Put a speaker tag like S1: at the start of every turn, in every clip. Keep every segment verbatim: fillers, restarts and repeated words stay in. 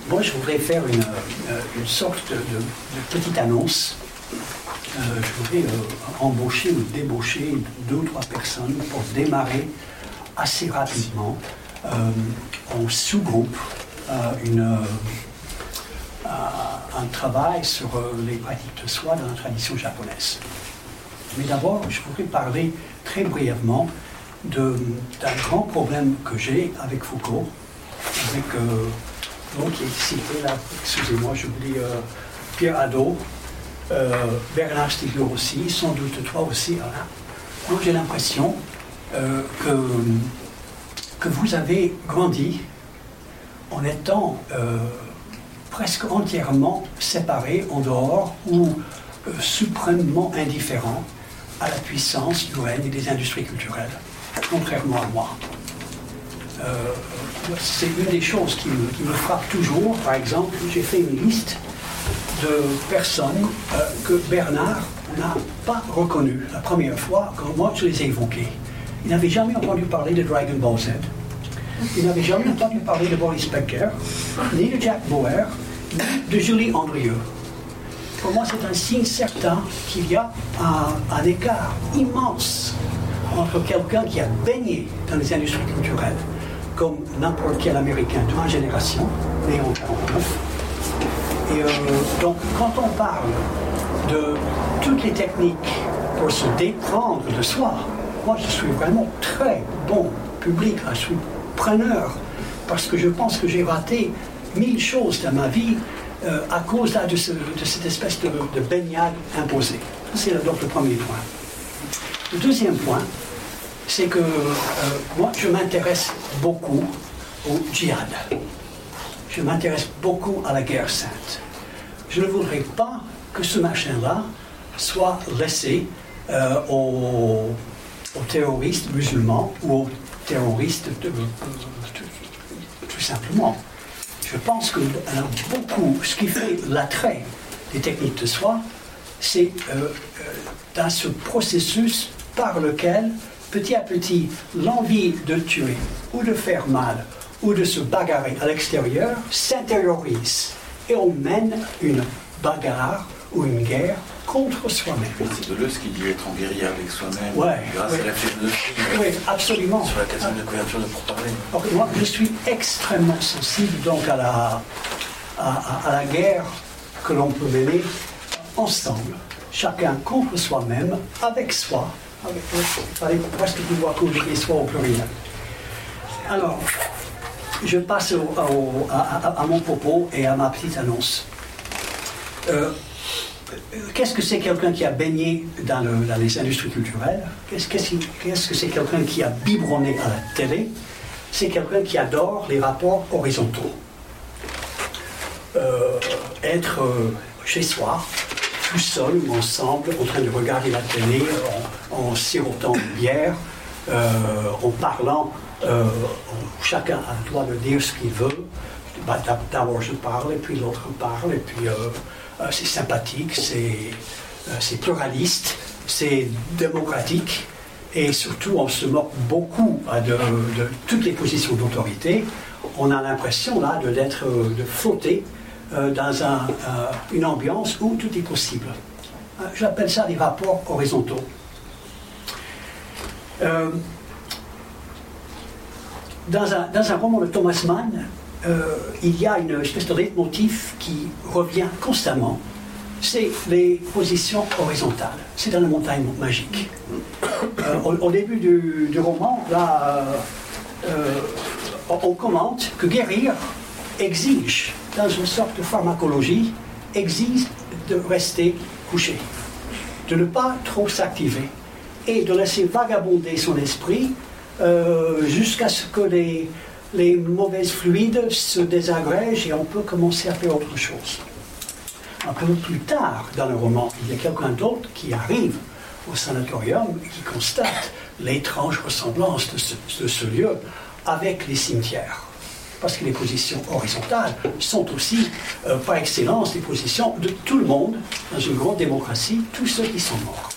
S1: moi, je voudrais faire une, une sorte de, de, de petite annonce. Euh, je voudrais euh, embaucher ou débaucher deux ou trois personnes pour démarrer assez rapidement euh, en sous-groupe euh, une, euh, un travail sur euh, les pratiques de soie dans la tradition japonaise. Mais d'abord, je voudrais parler très brièvement de, d'un grand problème que j'ai avec Foucault, avec euh, l'autre qui est cité là, excusez-moi, je vous dis euh, Pierre Hadot, euh, Bernard Stiegler aussi, sans doute toi aussi, Alain. Moi, j'ai l'impression euh, que, que vous avez grandi en étant euh, presque entièrement séparés en dehors ou euh, suprêmement indifférents à la puissance du règne des industries culturelles, contrairement à moi. Euh, c'est une des choses qui me, qui me frappe toujours. Par exemple, j'ai fait une liste de personnes euh, que Bernard n'a pas reconnues la première fois quand moi je les ai évoquées. Il n'avait jamais entendu parler de Dragon Ball Z. Il n'avait jamais entendu parler de Boris Becker, ni de Jack Bauer, ni de Julie Andrieux. Pour moi, c'est un signe certain qu'il y a un, un écart immense entre quelqu'un qui a baigné dans les industries culturelles, comme n'importe quel Américain de ma génération, né en quarante-neuf. Et euh, donc, quand on parle de toutes les techniques pour se déprendre de soi, moi, je suis vraiment très bon public, je suis preneur, parce que je pense que j'ai raté mille choses dans ma vie euh, à cause là, de, ce, de cette espèce de, de baignade imposée. C'est donc le premier point. Le deuxième point, c'est que euh, moi, je m'intéresse beaucoup au djihad. Je m'intéresse beaucoup à la guerre sainte. Je ne voudrais pas que ce machin-là soit laissé euh, aux, aux terroristes musulmans ou aux terroristes de, de, de, de, tout simplement. Je pense que euh, beaucoup, ce qui fait l'attrait des techniques de soie, c'est euh, euh, dans ce processus par lequel, petit à petit, l'envie de tuer ou de faire mal ou de se bagarrer à l'extérieur s'intériorise et on mène une bagarre ou une guerre contre soi-même.
S2: C'est Deleuze qui dit être en guérilla avec soi-même,
S1: ouais,
S2: grâce
S1: ouais.
S2: à la philosophie.
S1: Oui, absolument.
S2: Sur la question de couverture de pourparlers.
S1: Alors, moi, je suis extrêmement sensible donc à la, à, à, à la guerre que l'on peut mener ensemble, chacun contre soi-même, avec soi. Avec, il fallait presque pouvoir conjuguer soi au pluriel. Alors, je passe au, au, à, à, à mon propos et à ma petite annonce. Euh, qu'est-ce que c'est quelqu'un qui a baigné dans, le, dans les industries culturelles? Qu'est-ce, qu'est-ce, qu'est-ce que c'est quelqu'un qui a biberonné à la télé? C'est quelqu'un qui adore les rapports horizontaux. Euh, être euh, chez soi, tout seul ou ensemble, en train de regarder la télé, en, en sirotant une bière, euh, en parlant. Euh, chacun a le droit de dire ce qu'il veut. Bah, d'abord je parle, et puis l'autre parle, et puis euh, euh, c'est sympathique, c'est, euh, c'est pluraliste, c'est démocratique, et surtout on se moque beaucoup euh, de, de toutes les positions d'autorité. On a l'impression là de, d'être, de flotter euh, dans un, euh, une ambiance où tout est possible. Euh, j'appelle ça des rapports horizontaux. Euh, Dans un, dans un roman de Thomas Mann, euh, il y a une espèce de leitmotiv qui revient constamment. C'est les positions horizontales. C'est dans la montagne magique. Euh, au, au début du, du roman, là, euh, euh, on commente que guérir exige, dans une sorte de pharmacologie, exige de rester couché, de ne pas trop s'activer et de laisser vagabonder son esprit Euh, jusqu'à ce que les, les mauvais fluides se désagrègent et on peut commencer à faire autre chose. Un peu plus tard dans le roman, il y a quelqu'un d'autre qui arrive au sanatorium et qui constate l'étrange ressemblance de ce, de ce lieu avec les cimetières. Parce que les positions horizontales sont aussi, euh, par excellence, les positions de tout le monde, dans une grande démocratie, tous ceux qui sont morts.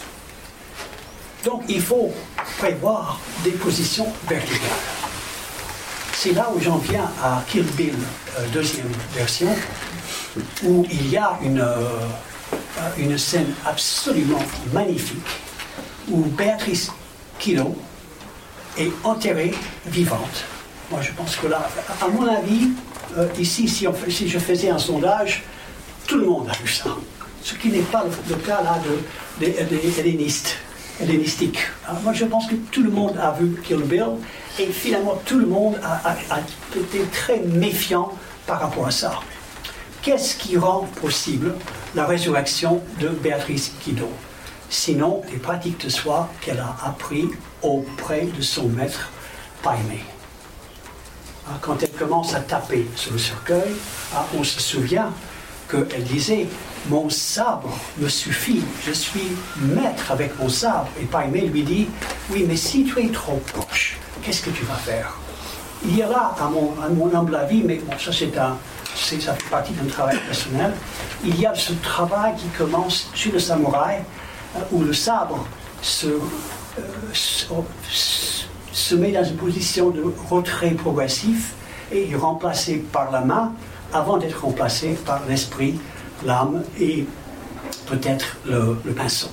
S1: Donc il faut prévoir des positions verticales. c'est là où j'en viens à Kill Bill, euh, deuxième version, où il y a une, euh, une scène absolument magnifique, où Béatrice Kiddo est enterrée vivante. Moi, je pense que là, à mon avis, euh, ici, si, on, si je faisais un sondage, tout le monde a vu ça. Ce qui n'est pas le, le cas là de, des, des hellénistes, hellénistiques. Alors, moi, je pense que tout le monde a vu Kill Bill, et finalement, tout le monde a, a, a été très méfiant par rapport à ça. Qu'est-ce qui rend possible la résurrection de Béatrice Kiddo? Sinon, les pratiques de soi qu'elle a apprises auprès de son maître Paimé. Quand elle commence à taper sur le cercueil, on se souvient qu'elle disait « Mon sabre me suffit, je suis maître avec mon sabre. » Et Paimé lui dit « Oui, mais si tu es trop proche, qu'est-ce que tu vas faire ?» Il y a là, à mon, à mon humble avis, mais bon, ça c'est un... ça fait partie d'un travail personnel, il y a ce travail qui commence chez le samouraï, où le sabre se, euh, se, se met dans une position de retrait progressif et est remplacé par la main avant d'être remplacé par l'esprit, l'âme et peut-être le, le pinceau.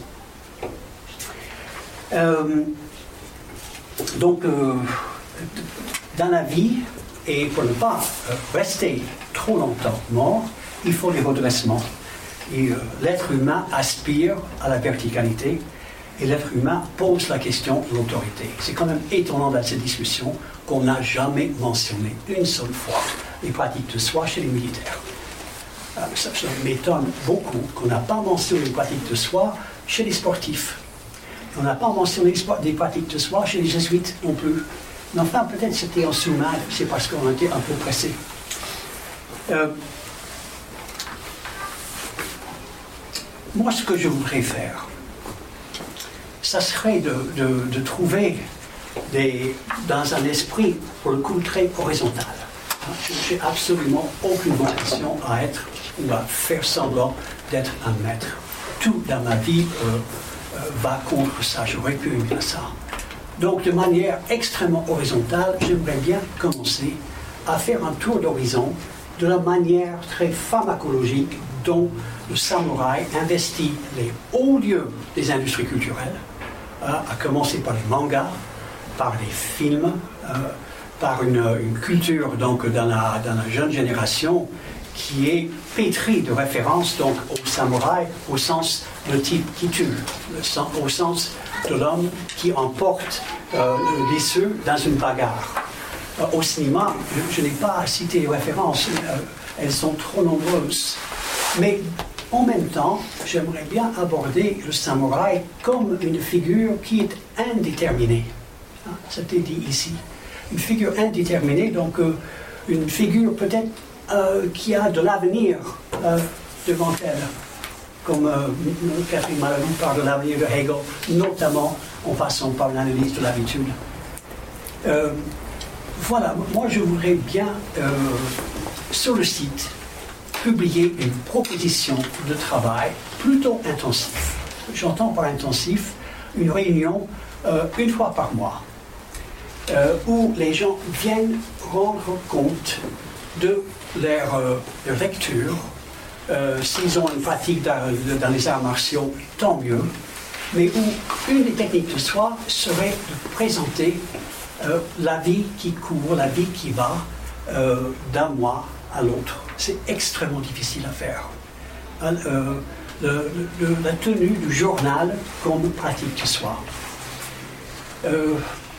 S1: Euh, donc, euh, dans la vie, et pour ne pas rester trop longtemps mort, il faut des redressements. Et euh, l'être humain aspire à la verticalité et l'être humain pose la question de l'autorité. C'est quand même étonnant dans cette discussion qu'on n'a jamais mentionné une seule fois les pratiques de soi chez les militaires. Euh, ça, ça m'étonne beaucoup qu'on n'a pas mentionné les pratiques de soi chez les sportifs. On n'a pas mentionné les pratiques de soi chez les jésuites non plus. Mais enfin, peut-être c'était en sous-main, c'est parce qu'on était un peu pressé. Euh, moi, ce que je voudrais faire, ça serait de, de, de trouver des, dans un esprit, pour le coup, très horizontal. Je n'ai absolument aucune vocation à être ou à faire semblant d'être un maître. Tout dans ma vie euh, euh, va contre ça, j'aurais pu aimer ça. Donc, de manière extrêmement horizontale, j'aimerais bien commencer à faire un tour d'horizon de la manière très pharmacologique dont le samouraï investit les hauts lieux des industries culturelles, euh, à commencer par les mangas, par les films, euh, par une, une culture donc, dans, la, dans la jeune génération qui est pétrie de références donc, au samouraï au sens de type qui tue, le, au sens de l'homme qui emporte euh, l'issue dans une bagarre. Euh, au cinéma, je, je n'ai pas cité les références, euh, elles sont trop nombreuses. Mais en même temps, j'aimerais bien aborder le samouraï comme une figure qui est indéterminée. Hein, c'était dit ici. Une figure indéterminée, donc euh, une figure peut-être euh, qui a de l'avenir euh, devant elle. Comme euh, Catherine Malherbe parle de l'avenir de Hegel, notamment en passant par l'analyse de l'habitude. Euh, voilà, moi je voudrais bien, euh, sur le site, publier une proposition de travail plutôt intensif. J'entends par intensif une réunion euh, une fois par mois, euh, où les gens viennent rendre compte de leur, euh, leur lecture. Euh, s'ils ont une pratique dans, dans les arts martiaux, tant mieux, mais où une des techniques de soi serait de présenter euh, la vie qui court, la vie qui va euh, d'un mois à l'autre. C'est extrêmement difficile à faire. Euh, le, le, la tenue du journal comme pratique de soi. Euh,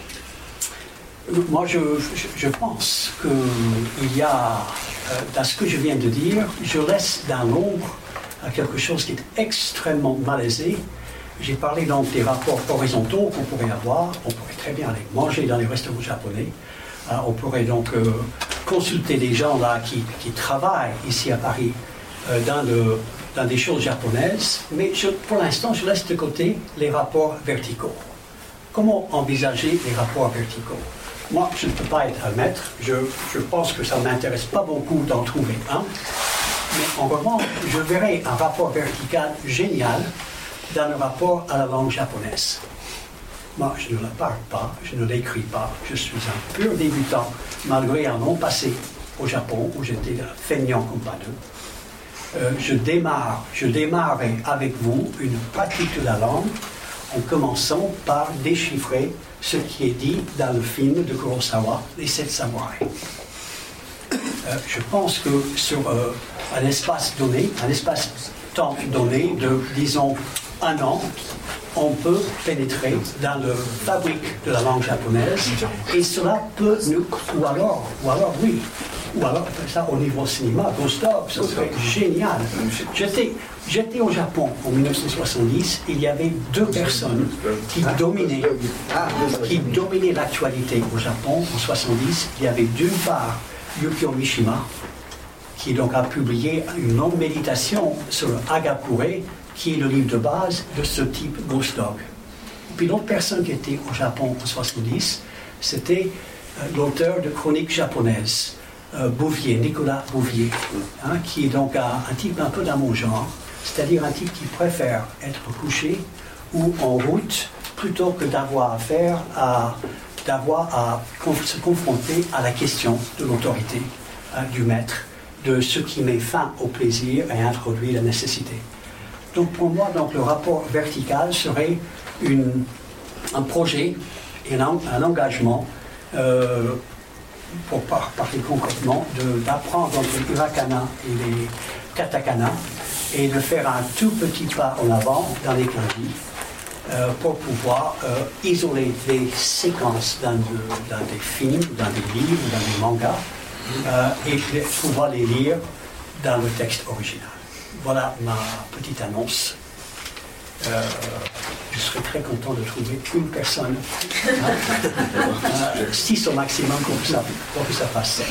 S1: moi, je, je, je pense qu'il y a, euh, dans ce que je viens de dire, je laisse dans l'ombre quelque chose qui est extrêmement malaisé. J'ai parlé donc des rapports horizontaux qu'on pourrait avoir. On pourrait très bien aller manger dans les restaurants japonais. Euh, on pourrait donc euh, consulter des gens là qui, qui travaillent ici à Paris euh, dans, le, dans des choses japonaises. Mais je, pour l'instant, je laisse de côté les rapports verticaux. Comment envisager les rapports verticaux? Moi, je ne peux pas être un maître. Je, je pense que ça ne m'intéresse pas beaucoup d'en trouver un. Mais en revanche, je verrai un rapport vertical génial dans le rapport à la langue japonaise. Moi, je ne la parle pas, je ne l'écris pas. Je suis un pur débutant, malgré un long passé au Japon, où j'étais feignant comme pas deux. Euh, je démarre, je démarrerai avec vous une pratique de la langue en commençant par déchiffrer ce qui est dit dans le film de Kurosawa, Les Sept Samouraïs. Euh, je pense que sur euh, un espace donné, un espace-temps donné de, disons, un an, on peut pénétrer dans la fabrique de la langue japonaise et cela peut nous, ou alors, ou alors oui, ou alors ça au niveau cinéma, Ghost Dog, ça serait génial. J'étais, j'étais au Japon en dix-neuf cent soixante-dix, il y avait deux personnes qui dominaient, qui dominaient l'actualité au Japon en soixante-dix. Il y avait d'une part Yukio Mishima, qui donc a publié une longue méditation sur le Hagakure, qui est le livre de base de ce type Ghost Dog. Puis l'autre personne qui était au Japon en soixante-dix, c'était euh, l'auteur de chroniques japonaises, euh, Bouvier, Nicolas Bouvier, hein, qui est donc un, un type un peu dans mon genre, c'est-à-dire un type qui préfère être couché ou en route plutôt que d'avoir affaire à, d'avoir à conf- se confronter à la question de l'autorité, hein, du maître, de ce qui met fin au plaisir et introduit la nécessité. Donc pour moi, donc, le rapport vertical serait une, un projet et un, un engagement, euh, pour par, parler concrètement, de, d'apprendre donc, les hiragana et les katakana et de faire un tout petit pas en avant dans les kanji euh, pour pouvoir euh, isoler les séquences dans, de, dans des films, dans des livres, dans des mangas euh, et de pouvoir les lire dans le texte original. Voilà ma petite annonce. Euh, je serais très content de trouver une personne, euh, six au maximum pour que ça, pour que ça passe.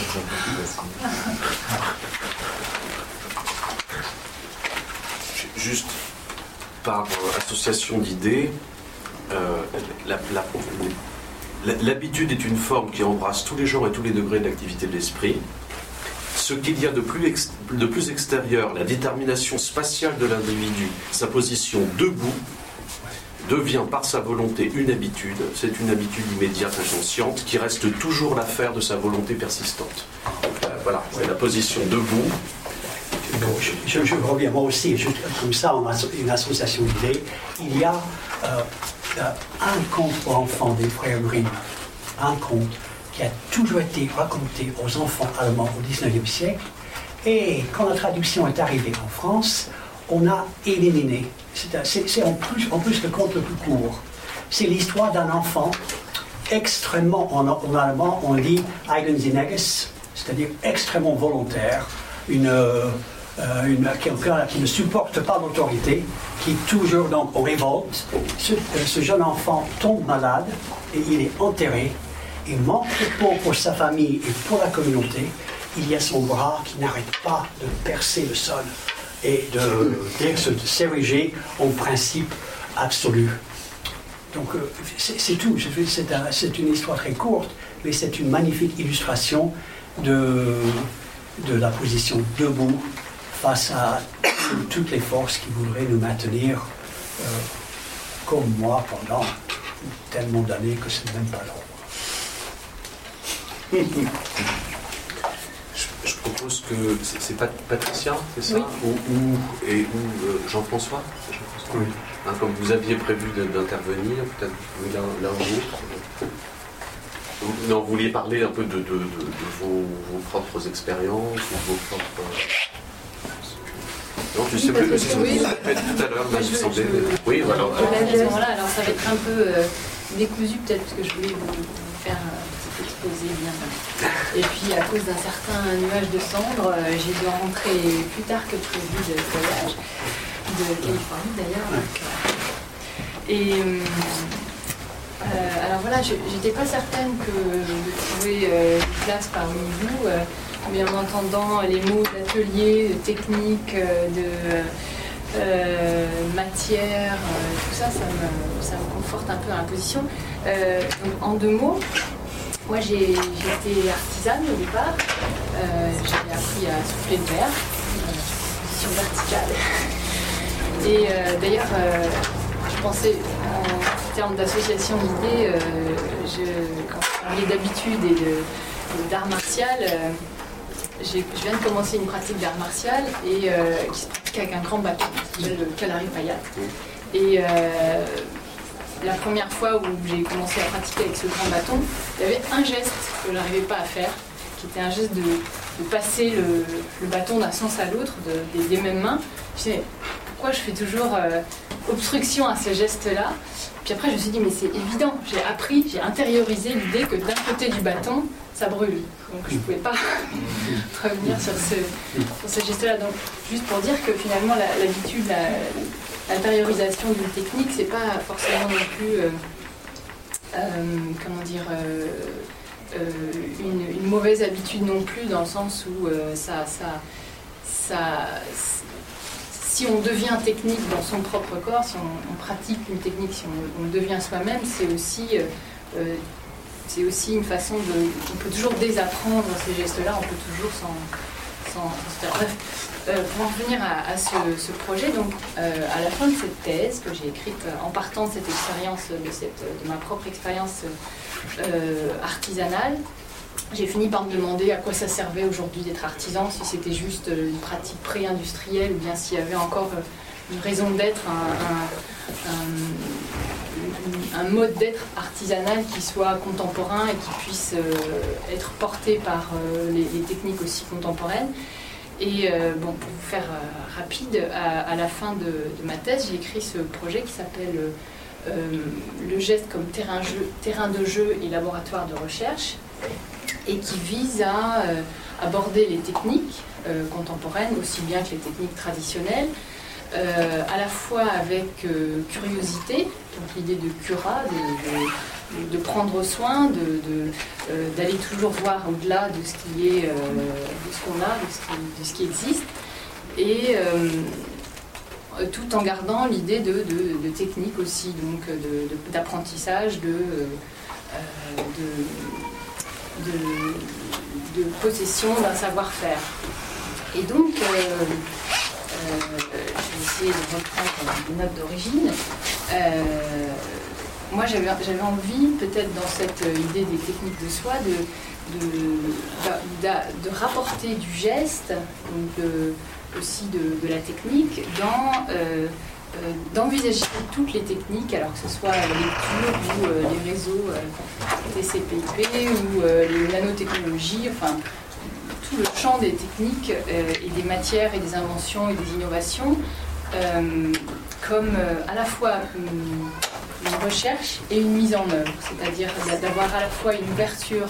S3: Juste par association d'idées, euh, la, la, la, l'habitude est une forme qui embrasse tous les genres et tous les degrés d'activité de l'esprit. Ce qu'il y a de plus, ex, de plus extérieur, la détermination spatiale de l'individu, sa position debout, devient par sa volonté une habitude. C'est une habitude immédiate, inconsciente, qui reste toujours l'affaire de sa volonté persistante. Euh, voilà, c'est la position debout.
S1: Bon, je, je, je reviens moi aussi, je, comme ça, on a une association d'idées. Il y a euh, un conte pour enfants des frères Grimm, un conte qui a toujours été raconté aux enfants allemands au dix-neuvième siècle. Et quand la traduction est arrivée en France, on a éliminé. C'est, c'est, c'est en, plus, en plus le conte le plus court. C'est l'histoire d'un enfant extrêmement, en, en allemand, on dit eigensinniges, c'est-à-dire extrêmement volontaire, une, euh, une, quelqu'un qui ne supporte pas l'autorité, qui est toujours donc en révolte. Ce, ce jeune enfant tombe malade et il est enterré. Et manque de peau pour sa famille et pour la communauté, il y a son bras qui n'arrête pas de percer le sol et de, de se s'ériger en principe absolu. Donc c'est, c'est tout, c'est, un, c'est une histoire très courte, mais c'est une magnifique illustration de, de la position debout face à toutes les forces qui voudraient nous maintenir euh, comme moi pendant tellement d'années que c'est même pas drôle.
S3: Je, je propose que c'est, c'est Pat, Patricia, c'est ça,
S4: oui.
S3: ou, ou, et, ou euh, Jean-François, c'est Jean-François oui. Hein, comme vous aviez prévu de, d'intervenir, peut-être l'un, l'un ou l'autre. Non, vous vouliez parler un peu de, de, de, de vos, vos propres expériences, ou vos propres. Non, je ne sais plus, c'est oui, oui. Tout à l'heure, là, je semblais. Oui, voilà.
S4: Alors, à ce moment-là, alors ça va être un peu euh, décousu, peut-être, parce que je voulais vous, vous faire. Euh, exposé bien. Et puis à cause d'un certain nuage de cendres, euh, j'ai dû rentrer plus tard que prévu de ce voyage, de Californie d'ailleurs. Donc, euh, et euh, alors voilà, je n'étais pas certaine que de trouver euh, une place parmi vous, euh, mais en entendant les mots d'atelier, de technique, euh, de euh, matière, euh, tout ça, ça me, ça me conforte un peu dans la position. Euh, donc, en deux mots, moi, j'ai, j'étais artisane au départ. Euh, j'ai appris à souffler le verre, en position verticale. Et euh, d'ailleurs, euh, je je pensais en termes d'association d'idées, euh, je, quand je parlais d'habitude et de, d'art martial, euh, j'ai, je viens de commencer une pratique d'art martial et euh, qui se pratique avec un grand bâton, qui s'appelle le Kalari Payat. Et euh, la première fois où j'ai commencé à pratiquer avec ce grand bâton, il y avait un geste que je n'arrivais pas à faire, qui était un geste de, de passer le, le bâton d'un sens à l'autre de, des, des mêmes mains. Je me disais, pourquoi je fais toujours euh, obstruction à ce geste-là? Puis après, je me suis dit, mais c'est évident, j'ai appris, j'ai intériorisé l'idée que d'un côté du bâton, ça brûle. Donc je ne pouvais pas revenir sur ce, sur ce geste-là. Donc juste pour dire que finalement, la, l'habitude, la, l'intériorisation d'une technique, c'est pas forcément non plus, euh, euh, comment dire, euh, euh, une, une mauvaise habitude non plus, dans le sens où euh, ça, ça, ça, si on devient technique dans son propre corps, si on, on pratique une technique, si on, on devient soi-même, c'est aussi, euh, c'est aussi une façon de... On peut toujours désapprendre ces gestes-là, on peut toujours s'en... s'en, s'en faire. Bref, euh, pour en revenir à, à ce, ce projet, donc euh, à la fin de cette thèse que j'ai écrite en partant de cette expérience, de, cette, de ma propre expérience euh, artisanale, j'ai fini par me demander à quoi ça servait aujourd'hui d'être artisan, si c'était juste une pratique pré-industrielle ou bien s'il y avait encore une raison d'être, un, un, un, un mode d'être artisanal qui soit contemporain et qui puisse euh, être porté par euh, les, les techniques aussi contemporaines. Et euh, bon, pour vous faire euh, rapide, à, à la fin de, de ma thèse, j'ai écrit ce projet qui s'appelle euh, le geste comme terrain, jeu, terrain de jeu et laboratoire de recherche, et qui vise à euh, aborder les techniques euh, contemporaines aussi bien que les techniques traditionnelles, euh, à la fois avec euh, curiosité, donc l'idée de cura, de, de, de prendre soin, de, de, euh, d'aller toujours voir au-delà de ce qui est, euh, de ce qu'on a, de ce qui, de ce qui existe, et euh, tout en gardant l'idée de, de, de technique aussi, donc de, de, d'apprentissage, de, euh, de De, de possession d'un savoir-faire. Et donc, euh, euh, je vais essayer de reprendre les notes d'origine. Euh, moi, j'avais, j'avais envie, peut-être dans cette idée des techniques de soi, de, de, de, de rapporter du geste, donc de, aussi de, de la technique, dans... Euh, Euh, d'envisager toutes les techniques, alors que ce soit la lecture ou euh, les réseaux euh, T C P I P ou euh, les nanotechnologies, enfin tout le champ des techniques euh, et des matières et des inventions et des innovations euh, comme euh, à la fois une, une recherche et une mise en œuvre, c'est-à-dire d'avoir à la fois une ouverture,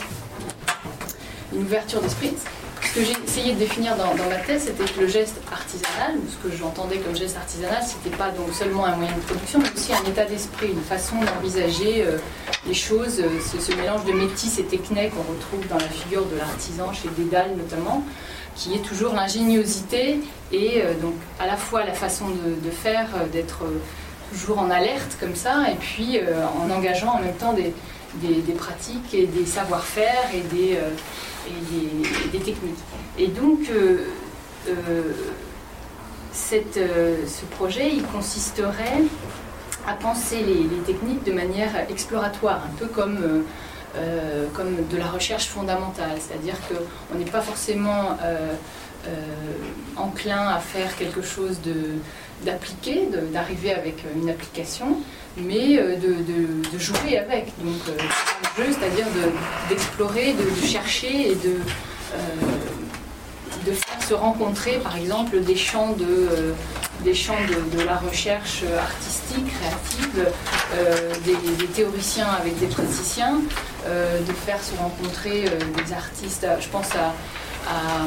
S4: une ouverture d'esprit. Ce que j'ai essayé de définir dans, dans ma thèse, c'était que le geste artisanal, ou ce que j'entendais comme geste artisanal, c'était pas donc seulement un moyen de production, mais aussi un état d'esprit, une façon d'envisager euh, les choses, euh, ce, ce mélange de métis et technique qu'on retrouve dans la figure de l'artisan, chez Dédale notamment, qui est toujours l'ingéniosité et euh, donc à la fois la façon de, de faire, euh, d'être euh, toujours en alerte comme ça, et puis euh, en engageant en même temps des, des, des pratiques et des savoir-faire et des... Euh, et des, des techniques. Et donc, euh, euh, cette, euh, ce projet, il consisterait à penser les, les techniques de manière exploratoire, un peu comme, euh, euh, comme de la recherche fondamentale, c'est-à-dire qu'on n'est pas forcément euh, euh, enclin à faire quelque chose de, d'appliqué, de, d'arriver avec une application, mais de, de, de jouer avec, donc euh, le jeu, c'est-à-dire de, d'explorer, de, de chercher et de, euh, de faire se rencontrer, par exemple, des champs de, euh, des champs de, de la recherche artistique, créative, euh, des, des théoriciens avec des praticiens, euh, de faire se rencontrer euh, des artistes, je pense à, à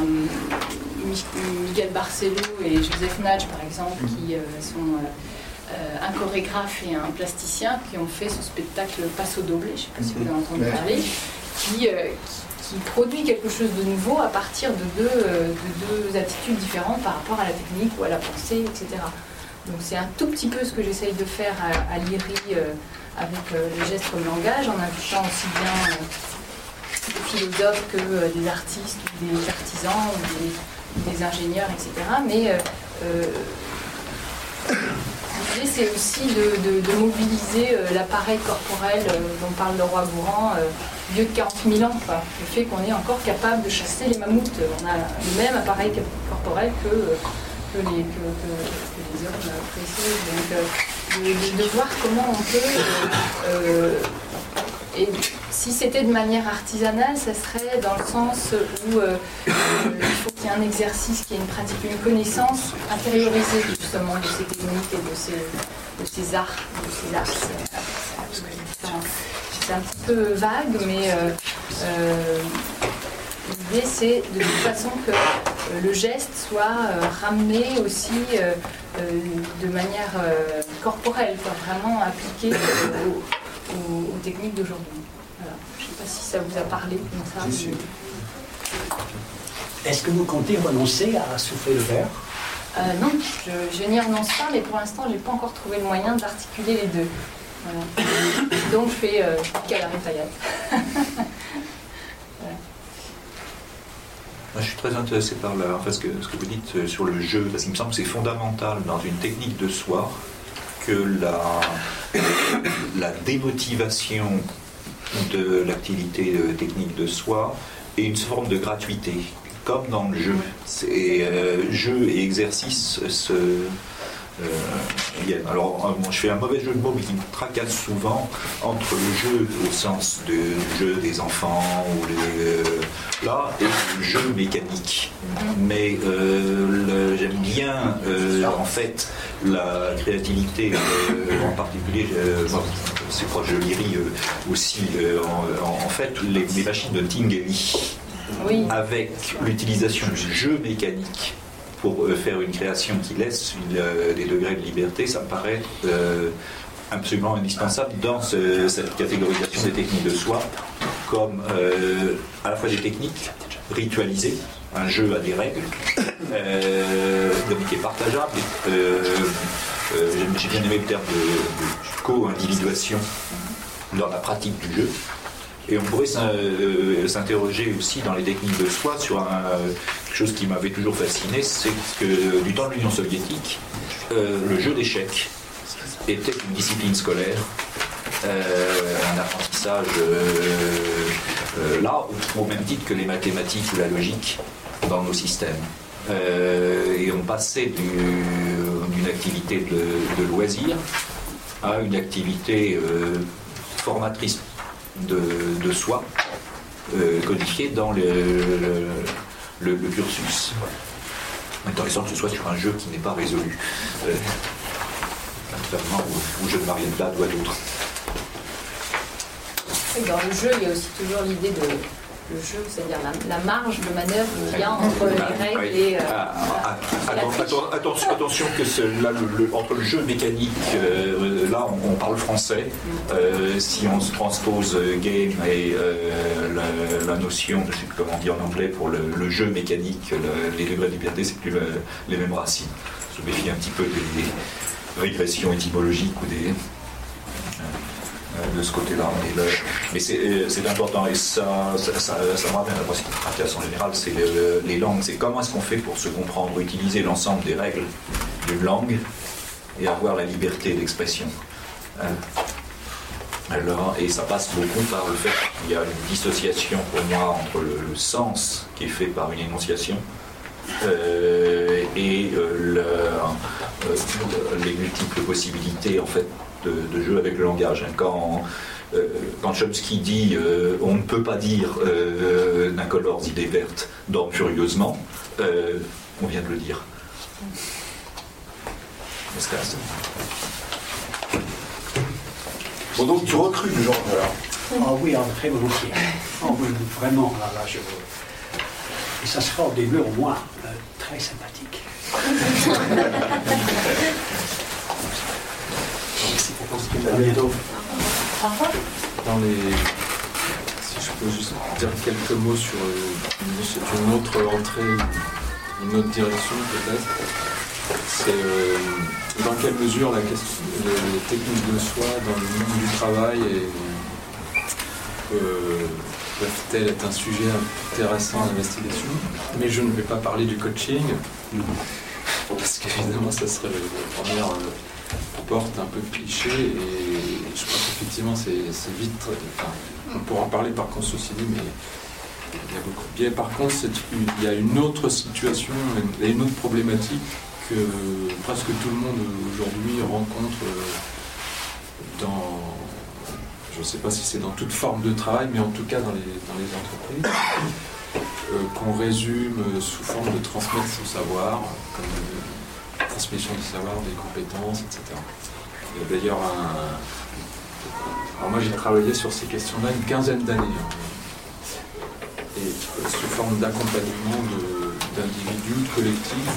S4: Miguel Barcelo et Joseph Nagy, par exemple, qui euh, sont... Euh, Euh, un chorégraphe et un plasticien qui ont fait ce spectacle Paso Doble, je ne sais pas si vous avez entendu parler, qui, euh, qui, qui produit quelque chose de nouveau à partir de deux, euh, de deux attitudes différentes par rapport à la technique ou à la pensée, et cetera. Donc c'est un tout petit peu ce que j'essaye de faire à, à l'I R I euh, avec euh, le geste comme langage, en invitant aussi bien euh, des philosophes que euh, des artistes, ou des artisans, ou des, des ingénieurs, et cetera. Mais euh, euh, l'idée, c'est aussi de, de, de mobiliser euh, l'appareil corporel euh, dont parle le roi Gourand, euh, vieux de quarante mille ans. Quoi. Le fait qu'on est encore capable de chasser les mammouths. On a le même appareil corporel que, que, les, que, que, que les hommes précédents. Donc, euh, de, de, de voir comment on peut... Euh, euh, et si c'était de manière artisanale, ça serait dans le sens où euh, euh, il faut qu'il y ait un exercice, qu'il y ait une pratique, une connaissance intériorisée justement de ces techniques et de ces, de ces arts. De ces arts. C'est, c'est un petit peu vague, mais euh, euh, l'idée c'est de toute façon que euh, le geste soit euh, ramené aussi euh, euh, de manière euh, corporelle, quoi, vraiment appliqué euh, au, Aux, aux techniques d'aujourd'hui. Voilà. Je ne sais pas si ça vous a parlé comme ça. Mais...
S1: Est-ce que vous comptez renoncer à souffler le verre?
S4: euh, Non, je, je n'y renonce pas, mais pour l'instant, je n'ai pas encore trouvé le moyen d'articuler les deux. Voilà. Donc, je fais euh, Calari Payat. Voilà.
S5: Moi, je suis très intéressé par la, enfin, ce, que, ce que vous dites sur le jeu, parce qu'il me semble que c'est fondamental dans une technique de soi que la, la démotivation de l'activité technique de soi ait une forme de gratuité, comme dans le jeu. C'est, euh, jeu et exercice se euh, viennent. Alors, bon, je fais un mauvais jeu de mots, mais qui me tracasse souvent entre le jeu au sens du jeu des enfants ou les, euh, là et le jeu mécanique. Mais euh, le, j'aime bien euh, en fait la créativité, euh, en particulier, euh, c'est proche de l'Iri euh, aussi, euh, en, en fait les, les machines de Tinguely, oui, avec l'utilisation du jeu mécanique pour euh, faire une création qui laisse une, euh, des degrés de liberté, ça me paraît euh, absolument indispensable dans ce, cette catégorisation des techniques de soi, comme euh, à la fois des techniques ritualisées, un jeu à des règles, euh, qui est partageable. Euh, euh, j'ai bien aimé le terme de, de co-individuation dans la pratique du jeu. Et on pourrait s'interroger aussi dans les techniques de soi sur un, quelque chose qui m'avait toujours fasciné, c'est que du temps de l'Union soviétique, euh, le jeu d'échecs était une discipline scolaire, euh, un apprentissage euh, euh, là, au même titre que les mathématiques ou la logique dans nos systèmes. Euh, et on passait du, d'une activité de, de loisir à une activité euh, formatrice de, de soi, euh, codifiée dans le, le, le, le cursus. Intéressant que ce soit sur un jeu qui n'est pas résolu, euh, contrairement au, au jeu de Marianne Blade ou à d'autres.
S4: Dans le jeu, il y a aussi toujours l'idée de le jeu, c'est-à-dire la, la marge de manœuvre qu'il y a entre les règles oui. et... Euh, ah,
S5: ah, attends, attends, attention, attention que ce, là, le, le, entre le jeu mécanique, euh, là on, on parle français, euh, si on se transpose euh, game et euh, la, la notion, je ne sais plus comment on dit en anglais, pour le, le jeu mécanique, le, les degrés de liberté, c'est plus le, les mêmes racines. Je me méfie un petit peu des, des régressions étymologiques ou des... de ce côté-là, mais, le, mais c'est, c'est important et ça, ça, ça, ça me ramène à la pratique en général, c'est le, les langues, c'est comment est-ce qu'on fait pour se comprendre, utiliser l'ensemble des règles d'une langue et avoir la liberté d'expression. Alors, et ça passe beaucoup par le fait qu'il y a une dissociation pour moi entre le, le sens qui est fait par une énonciation euh, et euh, le, euh, les multiples possibilités en fait De, de jeu avec le langage. Quand, euh, quand Chomsky dit euh, on ne peut pas dire euh, d'incolores idées vertes dorment furieusement, euh, on vient de le dire.
S2: Bon, donc tu recrutes le genre alors.
S1: Ah oui, ah, très volontiers. Ah oui, vraiment, là, là, je... Et ça sera au début au moins euh, très sympathique.
S2: À bientôt.
S6: Dans les... Si je peux juste dire quelques mots sur euh, une autre entrée, une autre direction peut-être, c'est euh, dans quelle mesure la question, les techniques de soi dans le monde du travail et, euh, peuvent-elles être un sujet intéressant d'investigation. Mais je ne vais pas parler du coaching, parce qu'évidemment ça serait la première... Euh, porte un peu cliché, et je crois qu'effectivement c'est, c'est vite, enfin, on pourra en parler par contre ceci dit, mais il y a beaucoup de biais. Par contre, c'est, il y a une autre situation, il y a une autre problématique que presque tout le monde aujourd'hui rencontre dans, je ne sais pas si c'est dans toute forme de travail, mais en tout cas dans les, dans les entreprises, euh, qu'on résume sous forme de transmettre son savoir, comme de transmission du savoir, des compétences, et cetera. Il y a d'ailleurs un... Alors moi j'ai travaillé sur ces questions-là une quinzaine d'années, hein, et euh, sous forme d'accompagnement de, d'individus, de collectifs,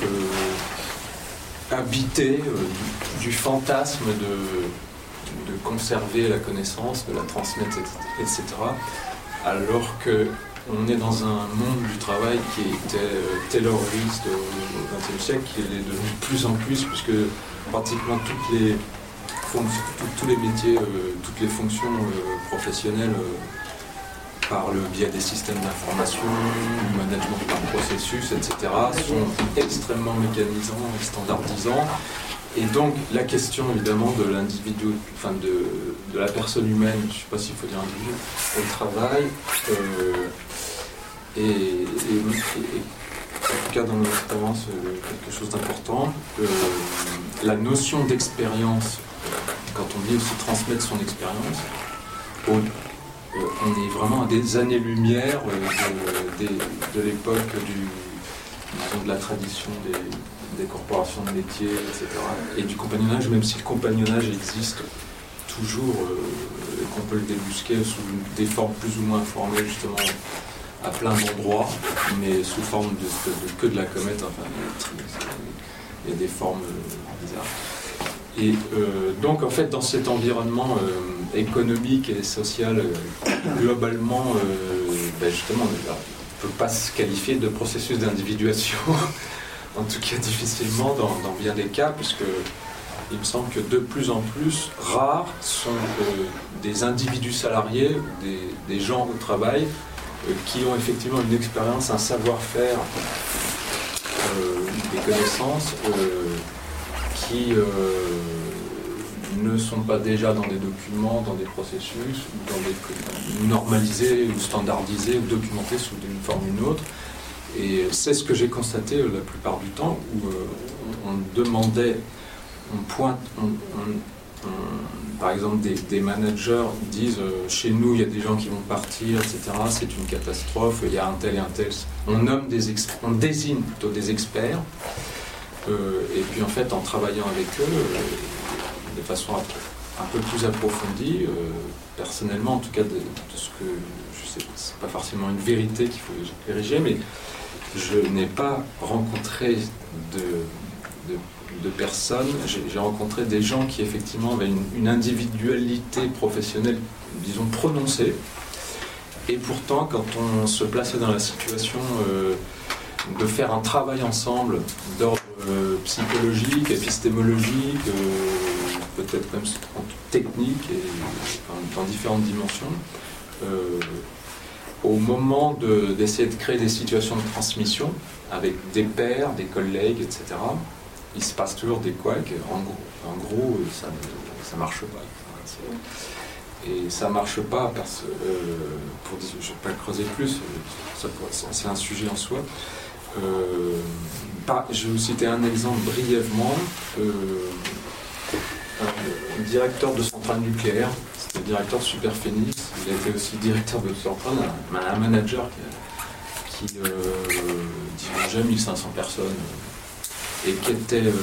S6: euh, habités euh, du, du fantasme de, de conserver la connaissance, de la transmettre, et cetera. Alors qu'on est dans un monde du travail qui était euh, tayloriste au vingtième siècle, qui est devenu de plus en plus, puisque pratiquement toutes les fonctions, tout, tous les métiers, euh, toutes les fonctions euh, professionnelles, euh, par le biais des systèmes d'information, du management par processus, et cetera, sont extrêmement mécanisants et standardisants. Et donc la question évidemment de l'individu, enfin de, de la personne humaine, je ne sais pas s'il faut dire individu, au travail, euh, et, et, et, et en tout cas dans mon expérience, euh, quelque chose d'important, euh, la notion d'expérience, quand on dit aussi transmettre son expérience, au, euh, on est vraiment à des années-lumière euh, de, de, de l'époque du, disons, de la tradition des des corporations de métiers, et cetera. Et du compagnonnage, même si le compagnonnage existe toujours, euh, et qu'on peut le débusquer sous des formes plus ou moins formelles, justement, à plein d'endroits, mais sous forme de, de, de queue de la comète, enfin, il y a des formes euh, bizarres. Et euh, donc, en fait, dans cet environnement euh, économique et social, euh, globalement, euh, ben justement, on ne peut pas se qualifier de processus d'individuation. En tout cas, difficilement dans, dans bien des cas, puisque il me semble que de plus en plus rares sont euh, des individus salariés, des, des gens au travail, euh, qui ont effectivement une expérience, un savoir-faire, euh, des connaissances, euh, qui euh, ne sont pas déjà dans des documents, dans des processus, dans des normalisés ou standardisés ou documentés sous une forme ou une autre. Et c'est ce que j'ai constaté la plupart du temps, où euh, on demandait, on pointe, on, on, on, par exemple des, des managers disent euh, chez nous il y a des gens qui vont partir, et cetera. C'est une catastrophe, il y a un tel et un tel. On nomme des experts, on désigne plutôt des experts, euh, et puis en fait en travaillant avec eux euh, de façon un peu plus approfondie, euh, personnellement en tout cas de, de ce que je sais, c'est pas forcément une vérité qu'il faut ériger, mais je n'ai pas rencontré de, de, de personnes, j'ai, j'ai rencontré des gens qui effectivement avaient une, une individualité professionnelle, disons, prononcée, et pourtant quand on se plaçait dans la situation euh, de faire un travail ensemble d'ordre euh, psychologique, épistémologique, euh, peut-être même technique, et, enfin, dans différentes dimensions, euh, au moment de, d'essayer de créer des situations de transmission avec des pairs, des collègues, et cetera, il se passe toujours des couacs. En gros, en gros ça ne marche pas. Et ça ne marche pas parce que, euh, pour, je ne vais pas le creuser plus, ça, c'est un sujet en soi. Euh, pas, je vais vous citer un exemple brièvement. Euh, un directeur de centrale nucléaire, c'était le directeur de Superphénix, il a été aussi directeur de centrale, un, un manager qui, qui euh, dirigeait mille cinq cents personnes et qui était euh,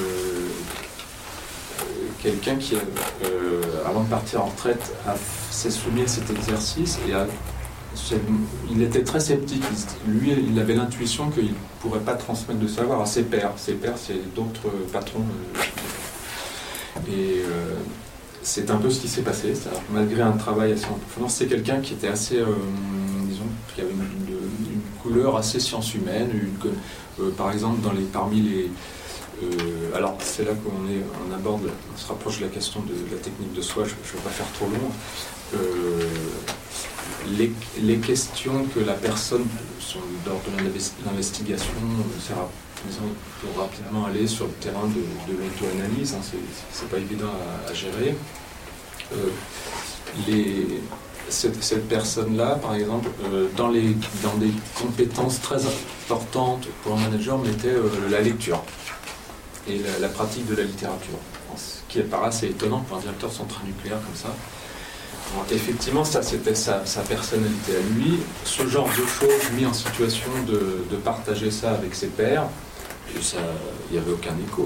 S6: quelqu'un qui, euh, avant de partir en retraite, a, s'est soumis à cet exercice et a, il était très sceptique. Lui, il avait l'intuition qu'il ne pourrait pas transmettre de savoir à ses pairs. Ses pairs, c'est d'autres patrons. Euh, Et euh, c'est un peu ce qui s'est passé. Malgré un travail assez en profondeur, c'est quelqu'un qui était assez, euh, disons, qui avait une, une, une couleur assez science humaine. Une, euh, par exemple, dans les, parmi les, euh, alors c'est là qu'on est, on aborde, on se rapproche de la question de, de la technique de soi. Je ne vais pas faire trop long. Euh, les, les questions que la personne sont d'ordre de l'investigation, disons, pour rapidement aller sur le terrain de, de l'auto-analyse, hein, c'est, c'est pas évident à, à gérer. Euh, les, cette, cette personne-là, par exemple, euh, dans, les, dans des compétences très importantes pour un manager, mettait euh, la lecture et la, la pratique de la littérature. Ce qui paraît assez étonnant pour un directeur central nucléaire comme ça. Alors, effectivement, ça c'était sa, sa personnalité à lui. Ce genre de choses mis en situation de, de partager ça avec ses pairs, et ça, il n'y avait aucun écho.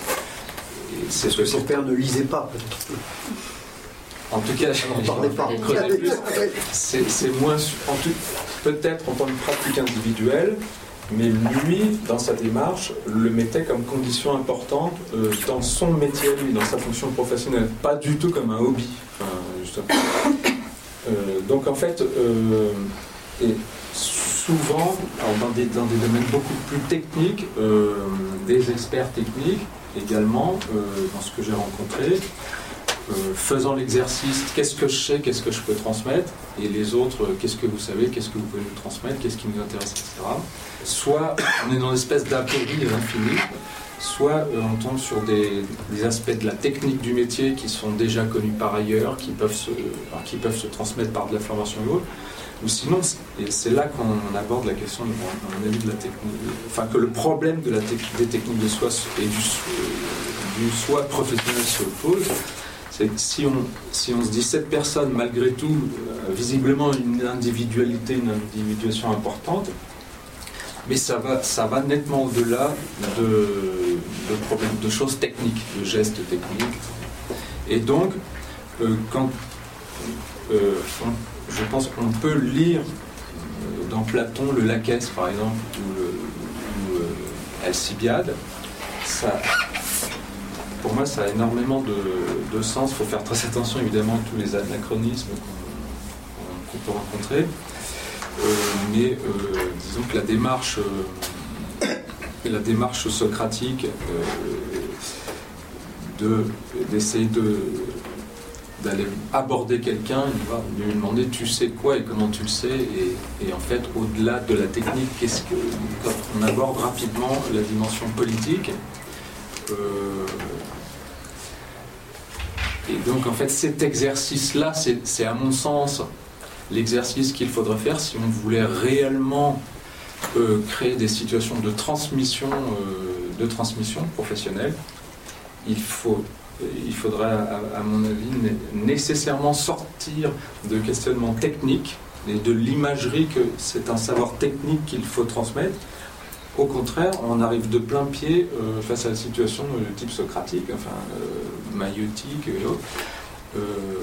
S6: Et c'est
S1: Parce que ses pairs ne lisaient pas, peut-être.
S6: En tout cas,
S1: on n'en parlait pas.
S6: C'est, c'est moins, en tout, peut-être en tant que pratique individuelle, mais lui, dans sa démarche, le mettait comme condition importante euh, dans son métier, lui, dans sa fonction professionnelle, pas du tout comme un hobby. Enfin, justement. Euh, donc en fait, euh, et souvent, alors dans, des, dans des domaines beaucoup plus techniques, euh, des experts techniques également, euh, dans ce que j'ai rencontré, euh, faisant l'exercice, qu'est-ce que je sais, qu'est-ce que je peux transmettre, et les autres, euh, qu'est-ce que vous savez, qu'est-ce que vous pouvez nous transmettre, qu'est-ce qui nous intéresse, et cetera. Soit on est dans une espèce d'aporie de l'infini, soit euh, on tombe sur des, des aspects de la technique du métier qui sont déjà connus par ailleurs, qui peuvent se, enfin, qui peuvent se transmettre par de la formation et autres. Ou sinon, et c'est là qu'on aborde la question, à mon avis, de la technique, enfin que le problème de la te- des techniques de soi et du, du soi professionnel se pose. C'est que si on, si on se dit cette personne, malgré tout, euh, visiblement une individualité, une individuation importante, mais ça va, ça va nettement au-delà de, de problèmes, de choses techniques, de gestes techniques. Et donc, euh, quand euh, on, je pense qu'on peut lire euh, dans Platon le Laquès, par exemple, ou, le, ou euh, Alcibiade, ça, pour moi, ça a énormément de, de sens. Il faut faire très attention, évidemment, à tous les anachronismes qu'on, qu'on peut rencontrer. Euh, mais euh, disons que la démarche, euh, la démarche socratique euh, de, d'essayer de, d'aller aborder quelqu'un, il va lui demander tu sais quoi et comment tu le sais, et, et en fait au-delà de la technique, qu'est-ce que, quand on aborde rapidement la dimension politique, euh, et donc en fait cet exercice-là, c'est, c'est à mon sens l'exercice qu'il faudrait faire si on voulait réellement euh, créer des situations de transmission, euh, de transmission professionnelle. Il, faut, il faudrait, à, à mon avis, né- nécessairement sortir de questionnements techniques et de l'imagerie que c'est un savoir technique qu'il faut transmettre. Au contraire, on arrive de plein pied euh, face à la situation de type socratique, enfin euh, maïeutique et autres. Euh,